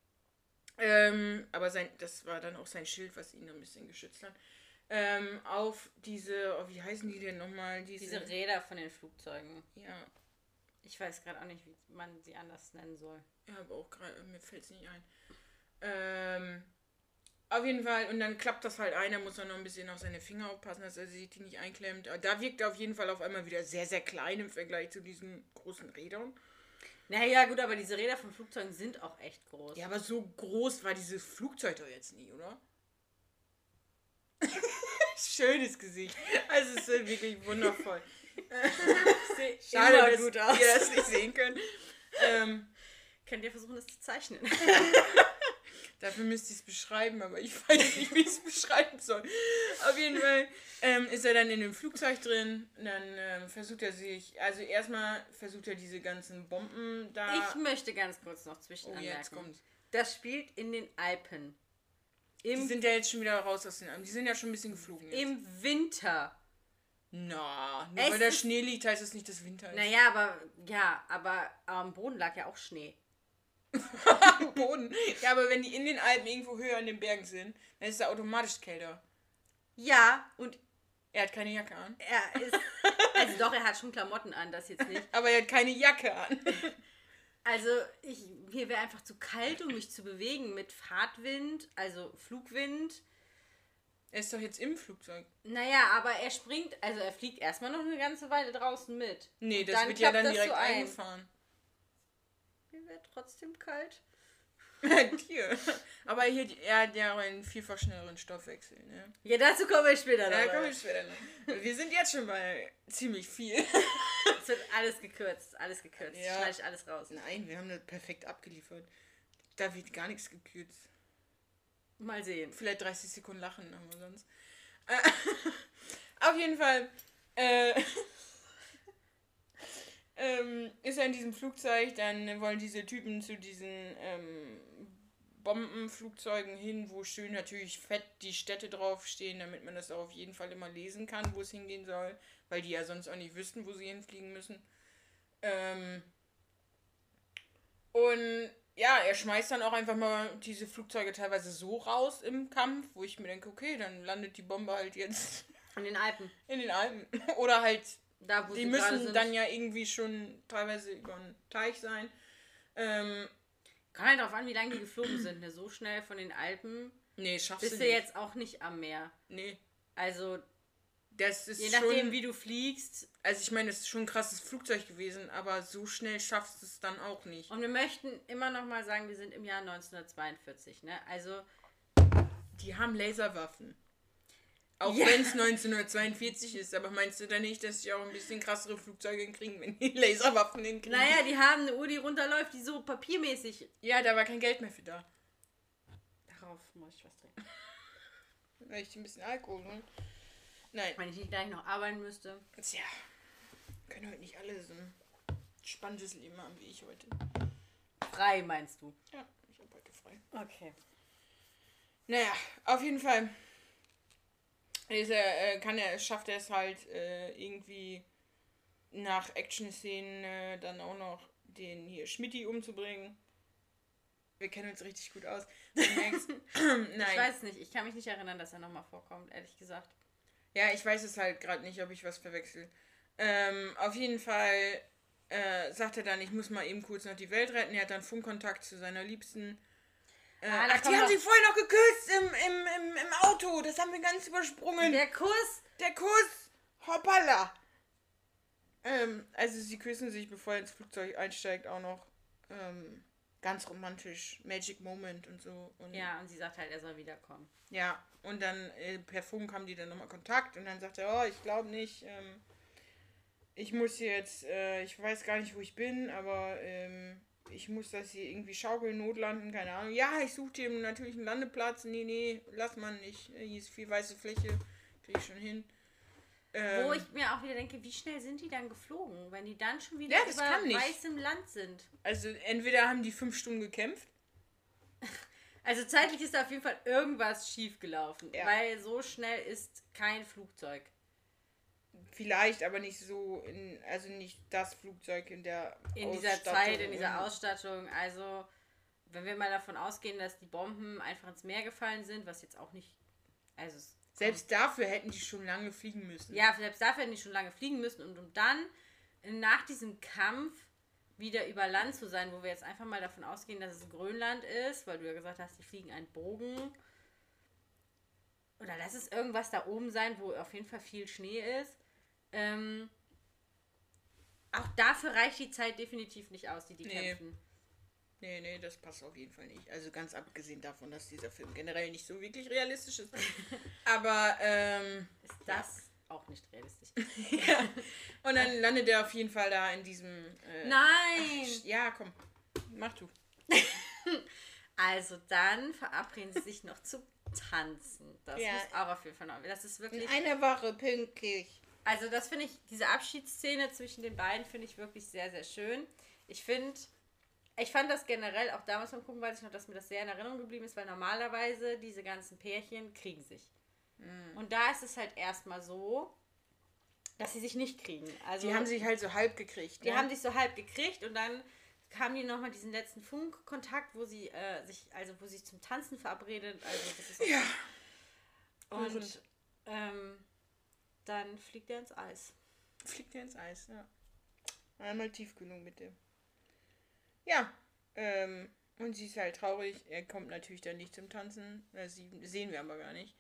Aber das war dann auch sein Schild, was ihn ein bisschen geschützt hat. Auf diese, wie heißen die denn nochmal? Diese Räder von den Flugzeugen. Ja. Ich weiß gerade auch nicht, wie man sie anders nennen soll. Ja, aber auch gerade, mir fällt es nicht ein. Auf jeden Fall, und dann klappt das halt ein, da muss er noch ein bisschen auf seine Finger aufpassen, dass er sich die nicht einklemmt. Aber da wirkt er auf jeden Fall auf einmal wieder sehr, sehr klein im Vergleich zu diesen großen Rädern. Naja, gut, aber diese Räder von Flugzeugen sind auch echt groß. Ja, aber so groß war dieses Flugzeug doch jetzt nie, oder? Schönes Gesicht. Also es ist wirklich wundervoll. Schade, immer dass gut aus. ihr das nicht sehen könnt. Könnt ihr versuchen, das zu zeichnen? Dafür müsste ich es beschreiben, aber ich weiß nicht, wie ich es beschreiben soll. Auf jeden Fall ist er dann in dem Flugzeug drin. Dann versucht er sich, also erstmal versucht er diese ganzen Bomben da. Ich möchte ganz kurz noch zwischenanmerken. Jetzt kommt's. Das spielt in den Alpen. Die sind ja jetzt schon wieder raus aus den Alpen. Die sind ja schon ein bisschen geflogen jetzt. Im Winter. Na, nur weil da Schnee liegt, heißt das nicht, dass Winter ist. Naja, aber am Boden lag ja auch Schnee. Am Boden? Ja, aber wenn die in den Alpen irgendwo höher in den Bergen sind, dann ist es automatisch kälter. Ja, und er hat keine Jacke an. Er ist, also doch, er hat schon Klamotten an, das jetzt nicht. Aber er hat keine Jacke an. Also, mir wäre einfach zu kalt, um mich zu bewegen mit Fahrtwind, also Flugwind. Er ist doch jetzt im Flugzeug. Naja, aber er fliegt erstmal noch eine ganze Weile draußen mit. Nee, das wird ja dann direkt eingefahren. Mir wäre trotzdem kalt. Dir. Aber er hat ja einen vielfach schnelleren Stoffwechsel, ne? Ja, dazu kommen wir später noch. Ja, kommen wir später noch. Wir sind jetzt schon bei ziemlich viel. Es wird alles gekürzt. Ja. Schneide ich alles raus. Nein, wir haben das perfekt abgeliefert. Da wird gar nichts gekürzt. Mal sehen. Vielleicht 30 Sekunden lachen, aber sonst. Auf jeden Fall ist er in diesem Flugzeug, dann wollen diese Typen zu diesen Bombenflugzeugen hin, wo schön natürlich fett die Städte draufstehen, damit man das auch auf jeden Fall immer lesen kann, wo es hingehen soll, weil die ja sonst auch nicht wüssten, wo sie hinfliegen müssen. Und ja, er schmeißt dann auch einfach mal diese Flugzeuge teilweise so raus im Kampf, wo ich mir denke, okay, dann landet die Bombe halt jetzt in den Alpen. In den Alpen. Oder halt, da, wo die müssen dann ja irgendwie schon teilweise über den Teich sein. Kann halt darauf an, wie lange die geflogen sind. Ne? So schnell von den Alpen schaffst bist du nicht. Jetzt auch nicht am Meer. Nee. Also, das ist je nachdem, wie du fliegst. Also ich meine, es ist schon ein krasses Flugzeug gewesen, aber so schnell schaffst du es dann auch nicht. Und wir möchten immer noch mal sagen, wir sind im Jahr 1942, ne? Also, die haben Laserwaffen. Auch wenn es 1942 ist, aber meinst du dann nicht, dass sie auch ein bisschen krassere Flugzeuge hinkriegen, wenn die Laserwaffen hinkriegen? Naja, die haben eine Uhr, die runterläuft, die so papiermäßig... Ja, da war kein Geld mehr für da. Darauf muss ich was trinken. Vielleicht ein bisschen Alkohol, ne? Nein. Wenn ich nicht gleich noch arbeiten müsste. Tja, können heute nicht alle so ein spannendes Leben haben wie ich heute. Frei, meinst du? Ja, ich habe heute frei. Okay. Naja, auf jeden Fall schafft er es halt irgendwie nach Action-Szenen dann auch noch den hier Schmidti umzubringen. Wir kennen uns richtig gut aus. Nein. Ich weiß nicht, ich kann mich nicht erinnern, dass er nochmal vorkommt, ehrlich gesagt. Ja, ich weiß es halt gerade nicht, ob ich was verwechsel. Auf jeden Fall sagt er dann, ich muss mal eben kurz noch die Welt retten. Er hat dann Funkkontakt zu seiner Liebsten. Die haben sich vorher noch geküsst im Auto. Das haben wir ganz übersprungen. Der Kuss! Hoppala. Also sie küssen sich, bevor er ins Flugzeug einsteigt, auch noch. Ganz romantisch. Magic Moment und so. Und ja, und sie sagt halt, er soll wiederkommen. Ja, und dann per Funk haben die dann nochmal Kontakt. Und dann sagt er, ich glaube nicht. Ich muss jetzt, ich weiß gar nicht, wo ich bin, aber ich muss das hier irgendwie schaukeln, notlanden, keine Ahnung. Ja, ich suche dir natürlich einen Landeplatz. Nee, lass mal nicht. Hier ist viel weiße Fläche. Krieg ich schon hin. Wo ich mir auch wieder denke, wie schnell sind die dann geflogen, wenn die dann schon wieder über weißem Land sind? Also entweder haben die 5 Stunden gekämpft. Also zeitlich ist da auf jeden Fall irgendwas schief gelaufen, weil so schnell ist kein Flugzeug. Vielleicht, aber nicht so, also nicht das Flugzeug in dieser Zeit, in dieser Ausstattung. Also, wenn wir mal davon ausgehen, dass die Bomben einfach ins Meer gefallen sind, was jetzt auch nicht, also selbst dafür hätten die schon lange fliegen müssen. Ja, selbst dafür hätten die schon lange fliegen müssen und um dann nach diesem Kampf wieder über Land zu sein, wo wir jetzt einfach mal davon ausgehen, dass es Grönland ist, weil du ja gesagt hast, die fliegen einen Bogen. Oder lass es irgendwas da oben sein, wo auf jeden Fall viel Schnee ist. auch dafür reicht die Zeit definitiv nicht aus, die kämpfen. Nee, das passt auf jeden Fall nicht. Also ganz abgesehen davon, dass dieser Film generell nicht so wirklich realistisch ist. Aber, ist das auch nicht realistisch. Ja. Und dann landet er auf jeden Fall da in diesem... Nein! Ja, komm. Mach du. Also dann verabreden sie sich noch zu tanzen. Das muss auch auf jeden Fall noch... Das ist wirklich... In einer Woche pünktlich. Also das finde ich, diese Abschiedsszene zwischen den beiden finde ich wirklich sehr, sehr schön. Ich fand das generell, auch damals beim Gucken, weiß ich noch, dass mir das sehr in Erinnerung geblieben ist, weil normalerweise diese ganzen Pärchen kriegen sich. Und da ist es halt erstmal so, dass sie sich nicht kriegen. Also die haben sich halt so halb gekriegt. Die haben sich so halb gekriegt und dann kamen die nochmal diesen letzten Funkkontakt, wo sie sich zum Tanzen verabredet. Also das ist auch und dann fliegt er ins Eis. Ja. Einmal Tiefkühlung bitte. Ja, und sie ist halt traurig. Er kommt natürlich dann nicht zum Tanzen. Sehen wir aber gar nicht.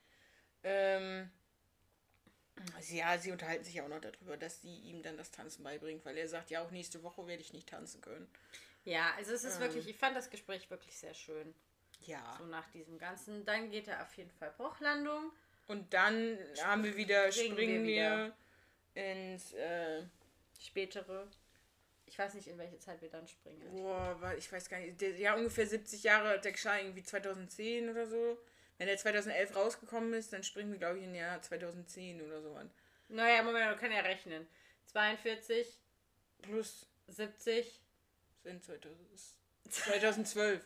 Sie unterhalten sich auch noch darüber, dass sie ihm dann das Tanzen beibringt, weil er sagt, ja, auch nächste Woche werde ich nicht tanzen können. Ja, also es ist wirklich, ich fand das Gespräch wirklich sehr schön. Ja. So nach diesem Ganzen. Dann geht er auf jeden Fall Bruchlandung. Und dann springen wir ins spätere. Ich weiß nicht, in welche Zeit wir dann springen. Boah, ich weiß gar nicht. Ungefähr 70 Jahre hat der geschah, irgendwie 2010 oder so. Wenn der 2011 rausgekommen ist, dann springen wir, glaube ich, in Jahr 2010 oder so an. Naja, Moment, man kann ja rechnen. 42 plus 70 sind 2012.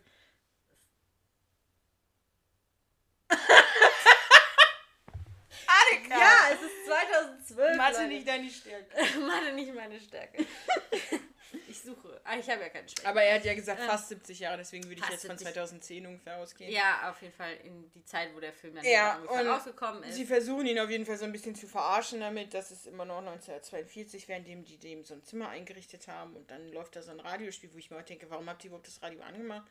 Annika! Ja, es ist 2012. Mathe nicht deine Stärke. Mathe nicht meine Stärke. Ich suche. Ich habe ja keine Stärke. Aber er hat ja gesagt fast 70 Jahre, deswegen würde ich jetzt von 2010 ungefähr ausgehen. Ja, auf jeden Fall in die Zeit, wo der Film dann ungefähr rausgekommen ist. Sie versuchen ihn auf jeden Fall so ein bisschen zu verarschen damit, dass es immer noch 1942, währenddem die dem so ein Zimmer eingerichtet haben und dann läuft da so ein Radiospiel, wo ich mir auch denke, warum habt ihr überhaupt das Radio angemacht?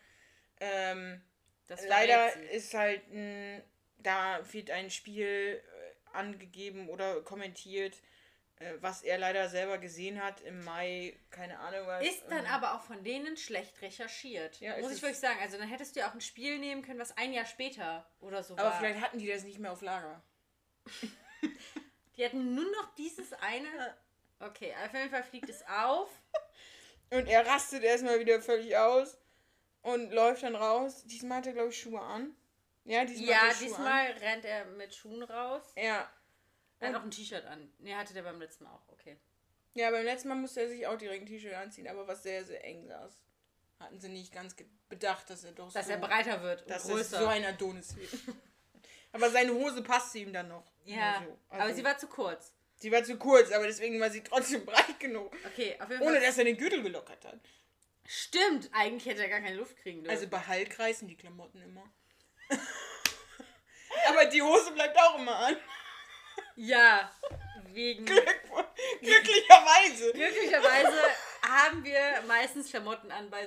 Leider ist halt da wird ein Spiel angegeben oder kommentiert, was er leider selber gesehen hat im Mai, keine Ahnung was. Ist dann aber auch von denen schlecht recherchiert. Ja, muss ich wirklich sagen. Also dann hättest du ja auch ein Spiel nehmen können, was ein Jahr später oder so war. Aber vielleicht hatten die das nicht mehr auf Lager. Die hatten nur noch dieses eine. Okay, auf jeden Fall fliegt es auf. Und er rastet erstmal wieder völlig aus und läuft dann raus. Diesmal hat er, glaube ich, Schuhe an. Ja, diesmal rennt er mit Schuhen raus. Ja. Er hat auch ein T-Shirt an. Ne, hatte der beim letzten Mal auch, okay. Ja, beim letzten Mal musste er sich auch direkt ein T-Shirt anziehen, aber was sehr, sehr eng saß. Hatten sie nicht ganz bedacht, dass er doch dass er breiter wird und dass größer. So ein Adonis wird. Aber seine Hose passte ihm dann noch. Ja, so. Also, aber sie war zu kurz. Sie war zu kurz, aber deswegen war sie trotzdem breit genug. Okay, auf jeden Fall. Ohne, dass er den Gürtel gelockert hat. Stimmt, eigentlich hätte er gar keine Luft kriegen dürfen. Also bei Hulk reißen die Klamotten immer. Aber die Hose bleibt auch immer an. Ja, wegen... Glücklicherweise. Glücklicherweise haben wir meistens Klamotten an bei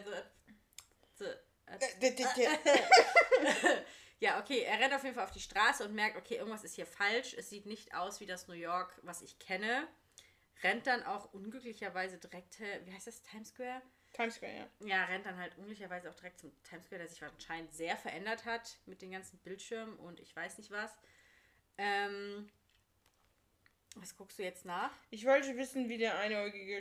Ja, okay, er rennt auf jeden Fall auf die Straße und merkt, okay, irgendwas ist hier falsch. Es sieht nicht aus wie das New York, was ich kenne. Rennt dann auch unglücklicherweise direkt, wie heißt das, Times Square? Times Square, ja. Ja, rennt dann halt unglücklicherweise auch direkt zum Times Square, der sich anscheinend sehr verändert hat mit den ganzen Bildschirmen und ich weiß nicht was. Was guckst du jetzt nach? Ich wollte wissen, wie der einäugige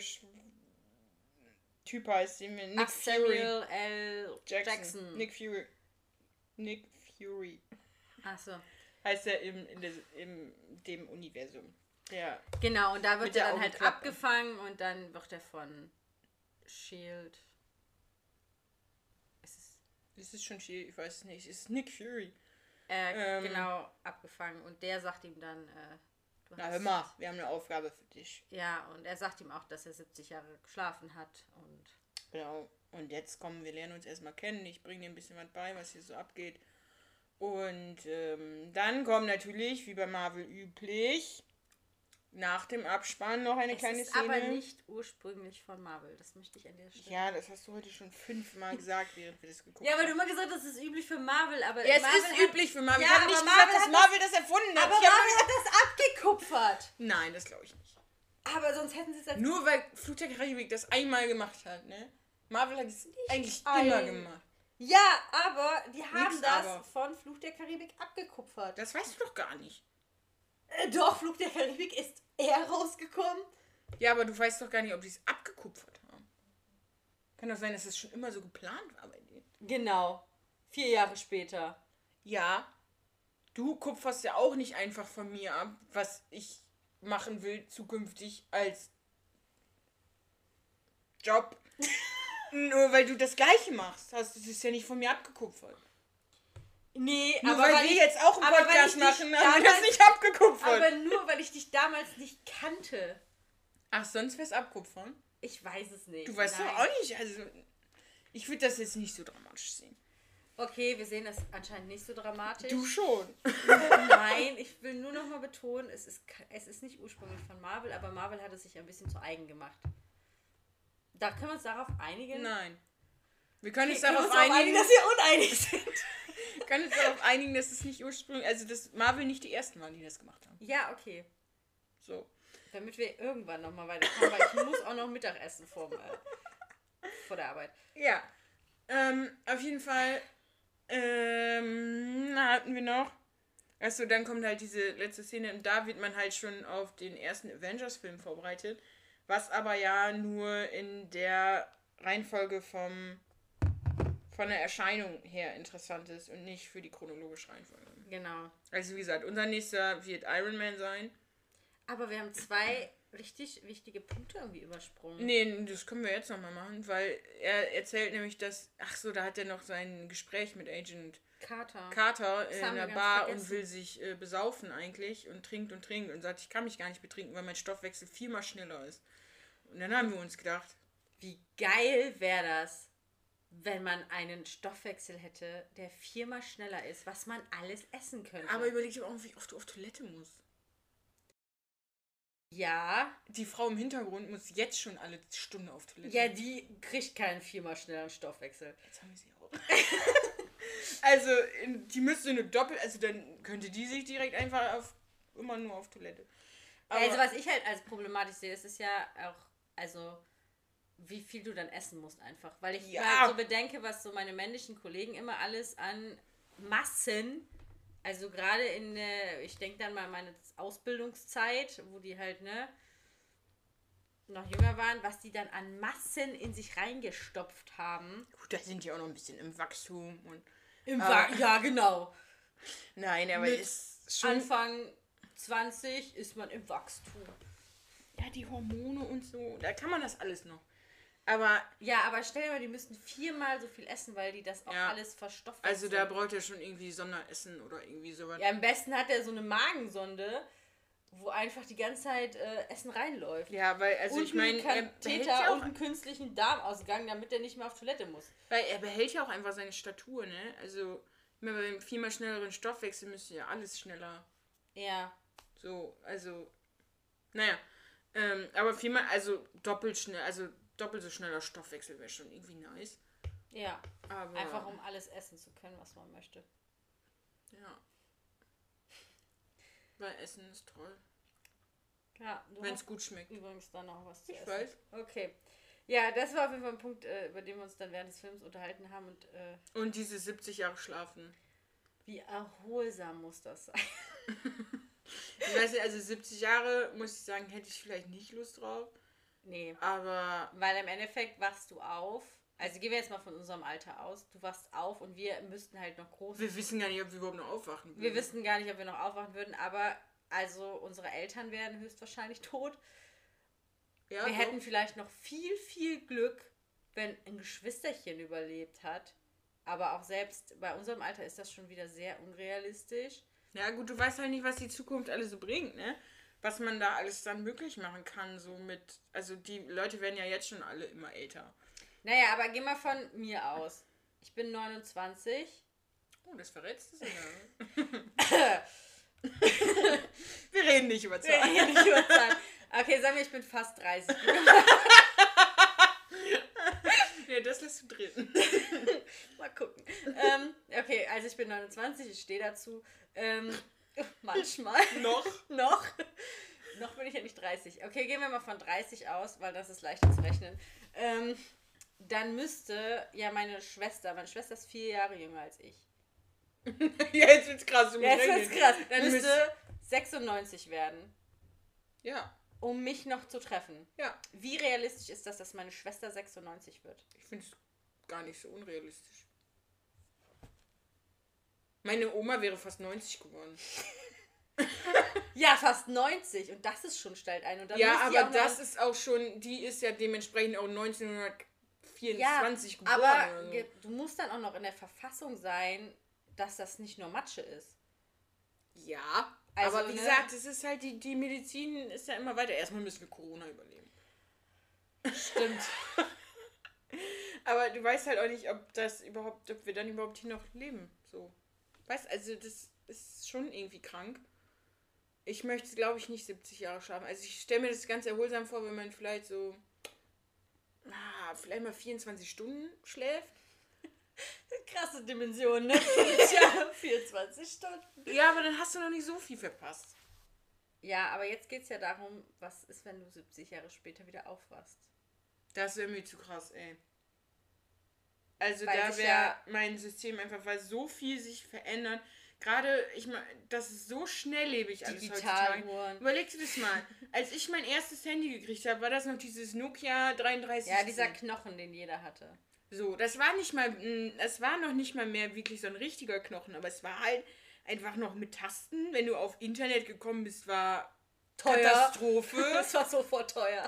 Typ heißt, den wir Nick Fury. Samuel L. Jackson. Nick Fury. Ach so. Heißt er in dem Universum. Ja. Genau, und da wird er dann halt abgefangen und dann wird er von Shield. Ist es schon Shield? Ich weiß es nicht. Es ist Nick Fury. Genau, abgefangen. Und der sagt ihm dann, hör mal, wir haben eine Aufgabe für dich. Ja, und er sagt ihm auch, dass er 70 Jahre geschlafen hat. Und genau. Und jetzt wir lernen uns erstmal kennen. Ich bringe dir ein bisschen was bei, was hier so abgeht. Und dann kommt natürlich, wie bei Marvel üblich, nach dem Abspann noch eine kleine Szene. Aber nicht ursprünglich von Marvel, das möchte ich an der Stelle. Ja, das hast du heute schon 5-mal gesagt, während wir das geguckt haben. Ja, aber du immer gesagt, das ist üblich für Marvel, aber ja, es ist üblich für Marvel. Ja, ich habe nicht gesagt, dass Marvel das erfunden hat. Aber Marvel hat das abgekupfert. Nein, das glaube ich nicht. Aber sonst hätten sie es Nur weil Fluch der Karibik das einmal gemacht hat, ne? Marvel hat es eigentlich immer gemacht. Ja, aber die haben Nix das aber. von Fluch der Karibik abgekupfert. Das weißt du doch gar nicht. Doch, Fluch der Karibik ist eher rausgekommen. Ja, aber du weißt doch gar nicht, ob die es abgekupfert haben. Kann doch sein, dass es schon immer so geplant war bei denen. Genau. 4 Jahre später. Ja, du kupferst ja auch nicht einfach von mir ab, was ich machen will zukünftig als Job. Nur weil du das Gleiche machst. Das ist ja nicht von mir abgekupfert. Nee, Nur aber weil wir jetzt auch einen Podcast machen, haben wir das nicht abgekupfert. Aber nur, weil ich dich damals nicht kannte. Ach, sonst wär's abkupfern? Ich weiß es nicht. Du weißt doch auch nicht, also ich würde das jetzt nicht so dramatisch sehen. Okay, wir sehen das anscheinend nicht so dramatisch. Du schon. Nein, ich will nur noch mal betonen, es ist nicht ursprünglich von Marvel, aber Marvel hat es sich ein bisschen zu eigen gemacht. Da können wir uns darauf einigen? Nein. Wir können uns Können wir darauf einigen, dass wir uneinig sind. wir können uns darauf einigen, dass es nicht ursprünglich, also dass Marvel nicht die ersten waren, die das gemacht haben. Ja, okay. So. Damit wir irgendwann noch mal weiterkommen, weil ich muss auch noch Mittagessen vor der Arbeit. Ja. Auf jeden Fall hatten wir noch. Achso, dann kommt halt diese letzte Szene und da wird man halt schon auf den ersten Avengers-Film vorbereitet, was aber ja nur in der Reihenfolge von der Erscheinung her interessant ist und nicht für die chronologische Reihenfolge. Genau. Also wie gesagt, unser nächster wird Iron Man sein. Aber wir haben 2 richtig wichtige Punkte irgendwie übersprungen. Nee, das können wir jetzt nochmal machen, weil er erzählt nämlich, dass, ach so, da hat er noch sein Gespräch mit Agent Carter in der Bar und will sich besaufen eigentlich und trinkt und sagt, ich kann mich gar nicht betrinken, weil mein Stoffwechsel 4-mal schneller ist. Und dann haben wir uns gedacht, wie geil wäre das, wenn man einen Stoffwechsel hätte, der 4-mal schneller ist, was man alles essen könnte. aber überleg dir auch, wie oft du auf Toilette musst. Ja. Die Frau im Hintergrund muss jetzt schon alle Stunde auf Toilette. Ja, die kriegt keinen 4-mal schnelleren Stoffwechsel. Jetzt haben wir sie auch. Also, die müsste nur doppelt, also dann könnte die sich direkt einfach immer nur auf Toilette. Aber also, was ich halt als problematisch sehe, ist ja auch, also, wie viel du dann essen musst einfach. Weil ich halt so bedenke, was so meine männlichen Kollegen immer alles an Massen, also gerade ich denke dann mal an meine Ausbildungszeit, wo die halt, noch jünger waren, was die dann an Massen in sich reingestopft haben. Gut, da sind die auch noch ein bisschen im Wachstum. Ja, genau. Nein, aber ist schon... Anfang 20 ist man im Wachstum. Ja, die Hormone und so, da kann man das alles noch. Aber... Ja, aber stell dir mal, die müssten 4-mal so viel essen, weil die das auch alles verstoffwechseln. Also da braucht er schon irgendwie Sonderessen oder irgendwie sowas. Ja, am besten hat er so eine Magensonde, wo einfach die ganze Zeit Essen reinläuft. Ja, weil, also ich meine, er behält ja auch einen künstlichen Darmausgang, damit er nicht mehr auf Toilette muss. Weil er behält ja auch einfach seine Statur, ne? Also, bei dem 4-mal schnelleren Stoffwechsel müsste ja alles schneller. Ja. So, also, naja. Aber 4-mal, also doppelt so schneller Stoffwechsel wäre schon irgendwie nice. Ja. Aber einfach um alles essen zu können, was man möchte. Ja. Weil Essen ist toll. Ja, wenn es gut schmeckt. Übrigens dann noch was zu essen. Ich weiß. Okay. Ja, das war auf jeden Fall ein Punkt, über den wir uns dann während des Films unterhalten haben. Und diese 70 Jahre schlafen. Wie erholsam muss das sein? Ich weiß nicht, also 70 Jahre, muss ich sagen, hätte ich vielleicht nicht Lust drauf. Nee. Aber... Weil im Endeffekt wachst du auf. Also gehen wir jetzt mal von unserem Alter aus. Du wachst auf und wir müssten halt noch groß... Wir wissen gar nicht, ob wir überhaupt noch aufwachen würden. Wir wissen gar nicht, ob wir noch aufwachen würden, aber also unsere Eltern wären höchstwahrscheinlich tot. Ja, wir hätten vielleicht noch viel, viel Glück, wenn ein Geschwisterchen überlebt hat. Aber auch selbst bei unserem Alter ist das schon wieder sehr unrealistisch. Ja gut, du weißt halt nicht, was die Zukunft alles so bringt, ne? Was man da alles dann möglich machen kann, so mit... Also die Leute werden ja jetzt schon alle immer älter. Naja, aber geh mal von mir aus. Ich bin 29. Oh, das verrätst du sogar. Wir reden nicht über Zahlen. Okay, sagen wir, ich bin fast 30. Ja, das lässt du drin. Mal gucken. Okay, also ich bin 29, ich stehe dazu. Manchmal. Noch. noch bin ich ja nicht 30. Okay, gehen wir mal von 30 aus, weil das ist leichter zu rechnen. Dann müsste ja meine Schwester ist 4 Jahre jünger als ich. Ja, jetzt wird's krass. Jetzt wird's krass. Dann müsste 96 werden. Ja. Um mich noch zu treffen. Ja. Wie realistisch ist das, dass meine Schwester 96 wird? Ich finde es gar nicht so unrealistisch. Meine Oma wäre fast 90 geworden. Ja, fast 90. Und das ist schon stellt ein. Und dann ja, aber das ist auch schon, die ist ja dementsprechend auch 1924 geboren. Aber du musst dann auch noch in der Verfassung sein, dass das nicht nur Matsche ist. Ja, also, aber wie gesagt, es ist halt, die Medizin ist ja immer weiter. Erstmal müssen wir Corona überleben. Stimmt. Aber du weißt halt auch nicht, ob wir dann überhaupt hier noch leben. So. Weißt, also das ist schon irgendwie krank. Ich möchte, glaube ich, nicht 70 Jahre schaffen. Also ich stelle mir das ganz erholsam vor, wenn man vielleicht so vielleicht mal 24 Stunden schläft. Krasse Dimension, ne? Tja, 24 Stunden. Ja, aber dann hast du noch nicht so viel verpasst. Ja, aber jetzt geht es ja darum, was ist, wenn du 70 Jahre später wieder aufwachst? Das wäre mir zu krass, ey. Also da wäre mein System einfach, weil so viel sich verändert. Gerade, ich meine, das ist so schnelllebig alles heutzutage. Überleg dir das mal. Als ich mein erstes Handy gekriegt habe, war das noch dieses Nokia 3310. Ja, dieser Knochen, den jeder hatte. So, das war noch nicht mal mehr wirklich so ein richtiger Knochen, aber es war halt einfach noch mit Tasten. Wenn du auf Internet gekommen bist, war teuer. Katastrophe. Das war sofort teuer.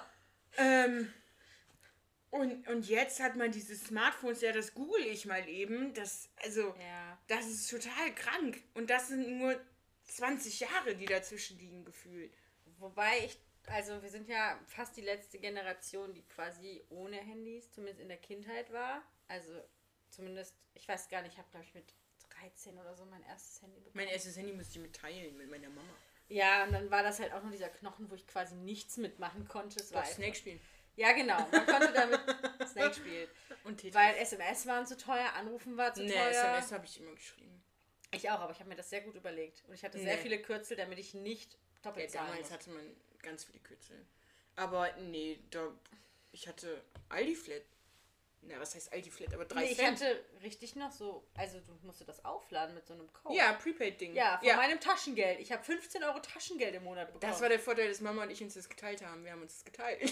Und jetzt hat man diese Smartphones, ja, das google ich mal eben. Das ist total krank. Und das sind nur 20 Jahre, die dazwischen liegen, gefühlt. Wobei wir sind ja fast die letzte Generation, die quasi ohne Handys, zumindest in der Kindheit war. Also zumindest, ich weiß gar nicht, ich habe, glaube ich, mit 13 oder so mein erstes Handy bekommen. Mein erstes Handy musste ich mitteilen mit meiner Mama. Ja, und dann war das halt auch nur dieser Knochen, wo ich quasi nichts mitmachen konnte. Es war Snake spielen. Ja, genau. Man konnte damit Snake spielen. Und Tetris. Weil SMS waren zu teuer, Anrufen war zu teuer. SMS habe ich immer geschrieben. Ich auch, aber ich habe mir das sehr gut überlegt. Und ich hatte sehr viele Kürzel, damit ich nicht doppelt zahlen damals hatte man ganz viele Kürzel. Aber nee, ich hatte Aldi-Flat. Na, was heißt Aldi-Flat? Aber 3 Cent. Ich hatte richtig noch so, also du musst das aufladen mit so einem Code. Ja, Prepaid-Ding. Ja, von meinem Taschengeld. Ich habe 15 Euro Taschengeld im Monat bekommen. Das war der Vorteil, dass Mama und ich uns das geteilt haben. Wir haben uns das geteilt.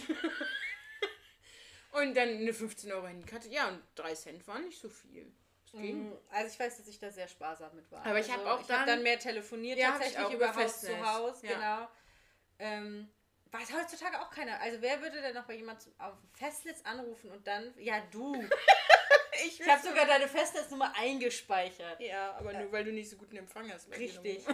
Und dann eine 15 Euro Handykarte. Ja, und 3 Cent waren nicht so viel. Also ich weiß, dass ich da sehr sparsam mit war. Aber ich habe auch dann mehr telefoniert, tatsächlich über Haus zu Haus, ja. Genau. Weiß heutzutage auch keiner. Also wer würde denn noch bei jemandem auf dem Festnetz anrufen und dann, ja du. Ich habe sogar deine Festnetznummer eingespeichert. Ja, aber nur weil du nicht so guten Empfang hast. Richtig.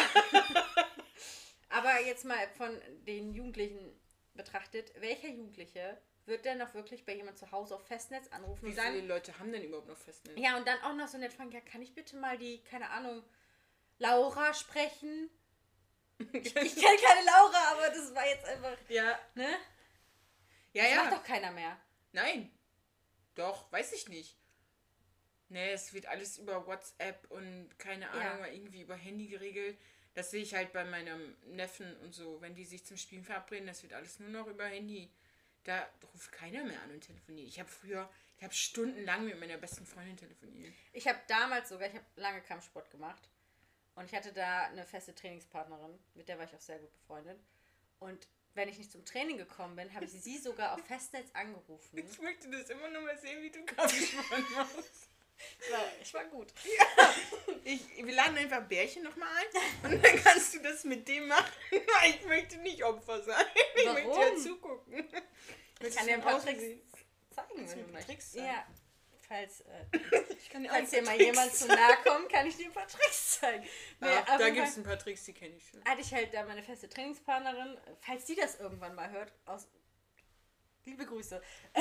Aber jetzt mal von den Jugendlichen betrachtet, welcher Jugendliche wird denn noch wirklich bei jemand zu Hause auf Festnetz anrufen? Wie viele Leute haben denn überhaupt noch Festnetz? Ja, und dann auch noch so nett fragen, ja, kann ich bitte mal die, keine Ahnung, Laura sprechen? Ich kenne keine Laura, aber das war jetzt einfach, ne? Ja, das macht doch keiner mehr. Nein. Doch, weiß ich nicht. Nee, es wird alles über WhatsApp und keine Ahnung, irgendwie über Handy geregelt. Das sehe ich halt bei meinem Neffen und so. Wenn die sich zum Spielen verabreden, das wird alles nur noch über Handy. Da ruft keiner mehr an und telefoniert. Ich habe stundenlang mit meiner besten Freundin telefoniert. Ich habe lange Kampfsport gemacht. Und ich hatte da eine feste Trainingspartnerin, mit der war ich auch sehr gut befreundet. Und wenn ich nicht zum Training gekommen bin, habe ich sie sogar auf Festnetz angerufen. Ich möchte das immer noch mal sehen, wie du Kampfsport machst. Ich war gut. Ja. Wir laden einfach Bärchen nochmal ein und dann kannst du das mit dem machen. Ich möchte nicht Opfer sein. Ich möchte ja zugucken. Ich kann dir ein paar Tricks zeigen, wenn du möchtest. Ja. Falls dir mal jemand zu nahe kommt, kann ich dir ein paar Tricks zeigen. Da gibt es ein paar Tricks, die kenne ich schon. Hatte ich halt da meine feste Trainingspartnerin, falls die das irgendwann mal hört, liebe Grüße.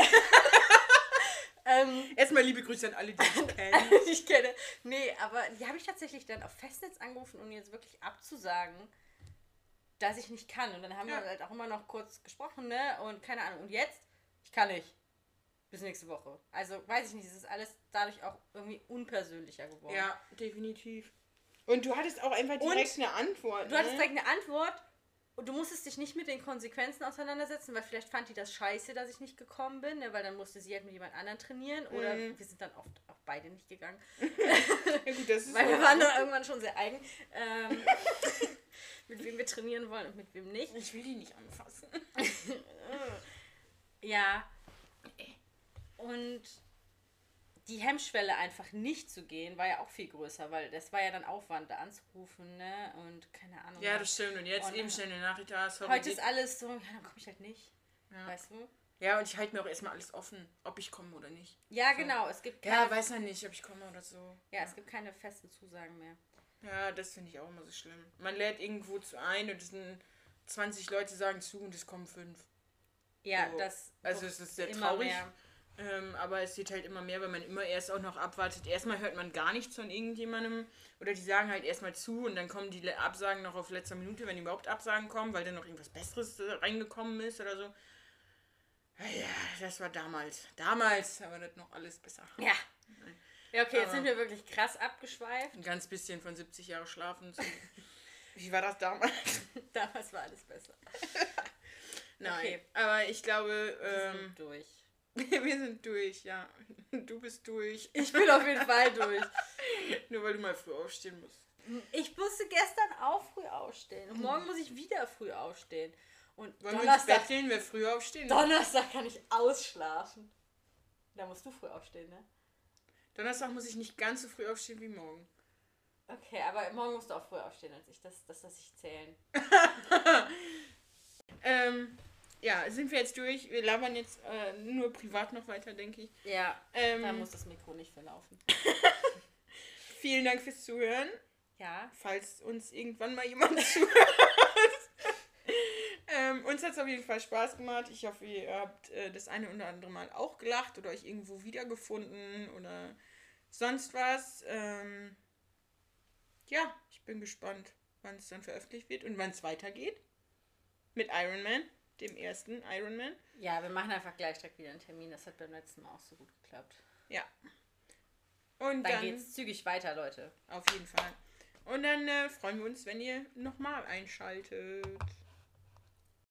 Erstmal liebe Grüße an alle, die ich kenne. Nee, aber die habe ich tatsächlich dann auf Festnetz angerufen, um jetzt wirklich abzusagen, dass ich nicht kann. Und dann haben wir halt auch immer noch kurz gesprochen, ne? Und keine Ahnung. Und jetzt, ich kann nicht. Bis nächste Woche. Also, weiß ich nicht, es ist alles dadurch auch irgendwie unpersönlicher geworden. Ja, definitiv. Und du hattest auch einfach direkt eine Antwort. Du hattest direkt eine Antwort Und du musstest dich nicht mit den Konsequenzen auseinandersetzen, weil vielleicht fand die das scheiße, dass ich nicht gekommen bin, ne? Weil dann musste sie halt mit jemand anderem trainieren. Oder wir sind dann oft auch beide nicht gegangen. Ja, gut, das ist weil wir waren dann irgendwann schon sehr eigen. Mit wem wir trainieren wollen und mit wem nicht. Ich will die nicht anfassen. Ja. Und die Hemmschwelle einfach nicht zu gehen, war ja auch viel größer, weil das war ja dann Aufwand, da anzurufen, ne? Und keine Ahnung. Ja, das stimmt. Und jetzt und eben schnell eine Nachricht da. Heute ist alles so, ja, dann komme ich halt nicht. Ja. Weißt du? Ja, und ich halte mir auch erstmal alles offen, ob ich komme oder nicht. Ja, so. Genau. Es gibt keine, ja, weiß ja nicht, ob ich komme oder so. Ja, es gibt keine festen Zusagen mehr. Ja, das finde ich auch immer so schlimm. Man lädt irgendwo zu ein und es sind 20 Leute sagen zu und es kommen 5. Ja, so. Das also es ist sehr traurig. Aber es sieht halt immer mehr, weil man immer erst auch noch abwartet. Erstmal hört man gar nichts von irgendjemandem oder die sagen halt erstmal zu und dann kommen die Absagen noch auf letzter Minute, wenn überhaupt Absagen kommen, weil dann noch irgendwas Besseres reingekommen ist oder so. Ja, das war damals. Damals war das noch alles besser. Ja. Ja, okay, jetzt sind wir wirklich krass abgeschweift. Ein ganz bisschen von 70 Jahre schlafen. Wie war das damals? Damals war alles besser. Nein, okay. Aber ich glaube... wir sind durch. Wir sind durch, ja. Du bist durch. Ich bin auf jeden Fall durch. Nur weil du mal früh aufstehen musst. Ich musste gestern auch früh aufstehen. Und morgen muss ich wieder früh aufstehen. Und wollen wir ins Bett gehen, wer früh aufstehen? Donnerstag kann ich ausschlafen. Da musst du früh aufstehen, ne? Donnerstag muss ich nicht ganz so früh aufstehen wie morgen. Okay, aber morgen musst du auch früh aufstehen als ich. Das lasse ich zählen. Ja, sind wir jetzt durch. Wir labern jetzt nur privat noch weiter, denke ich. Ja, da muss das Mikro nicht verlaufen. Vielen Dank fürs Zuhören. Ja. Falls uns irgendwann mal jemand zuhört. Uns hat es auf jeden Fall Spaß gemacht. Ich hoffe, ihr habt das eine oder andere Mal auch gelacht oder euch irgendwo wiedergefunden oder sonst was. Ja, ich bin gespannt, wann es dann veröffentlicht wird und wann es weitergeht. Mit Iron Man, dem ersten Iron Man. Ja, wir machen einfach gleich direkt wieder einen Termin. Das hat beim letzten Mal auch so gut geklappt. Ja. Und dann geht's zügig weiter, Leute. Auf jeden Fall. Und dann freuen wir uns, wenn ihr nochmal einschaltet.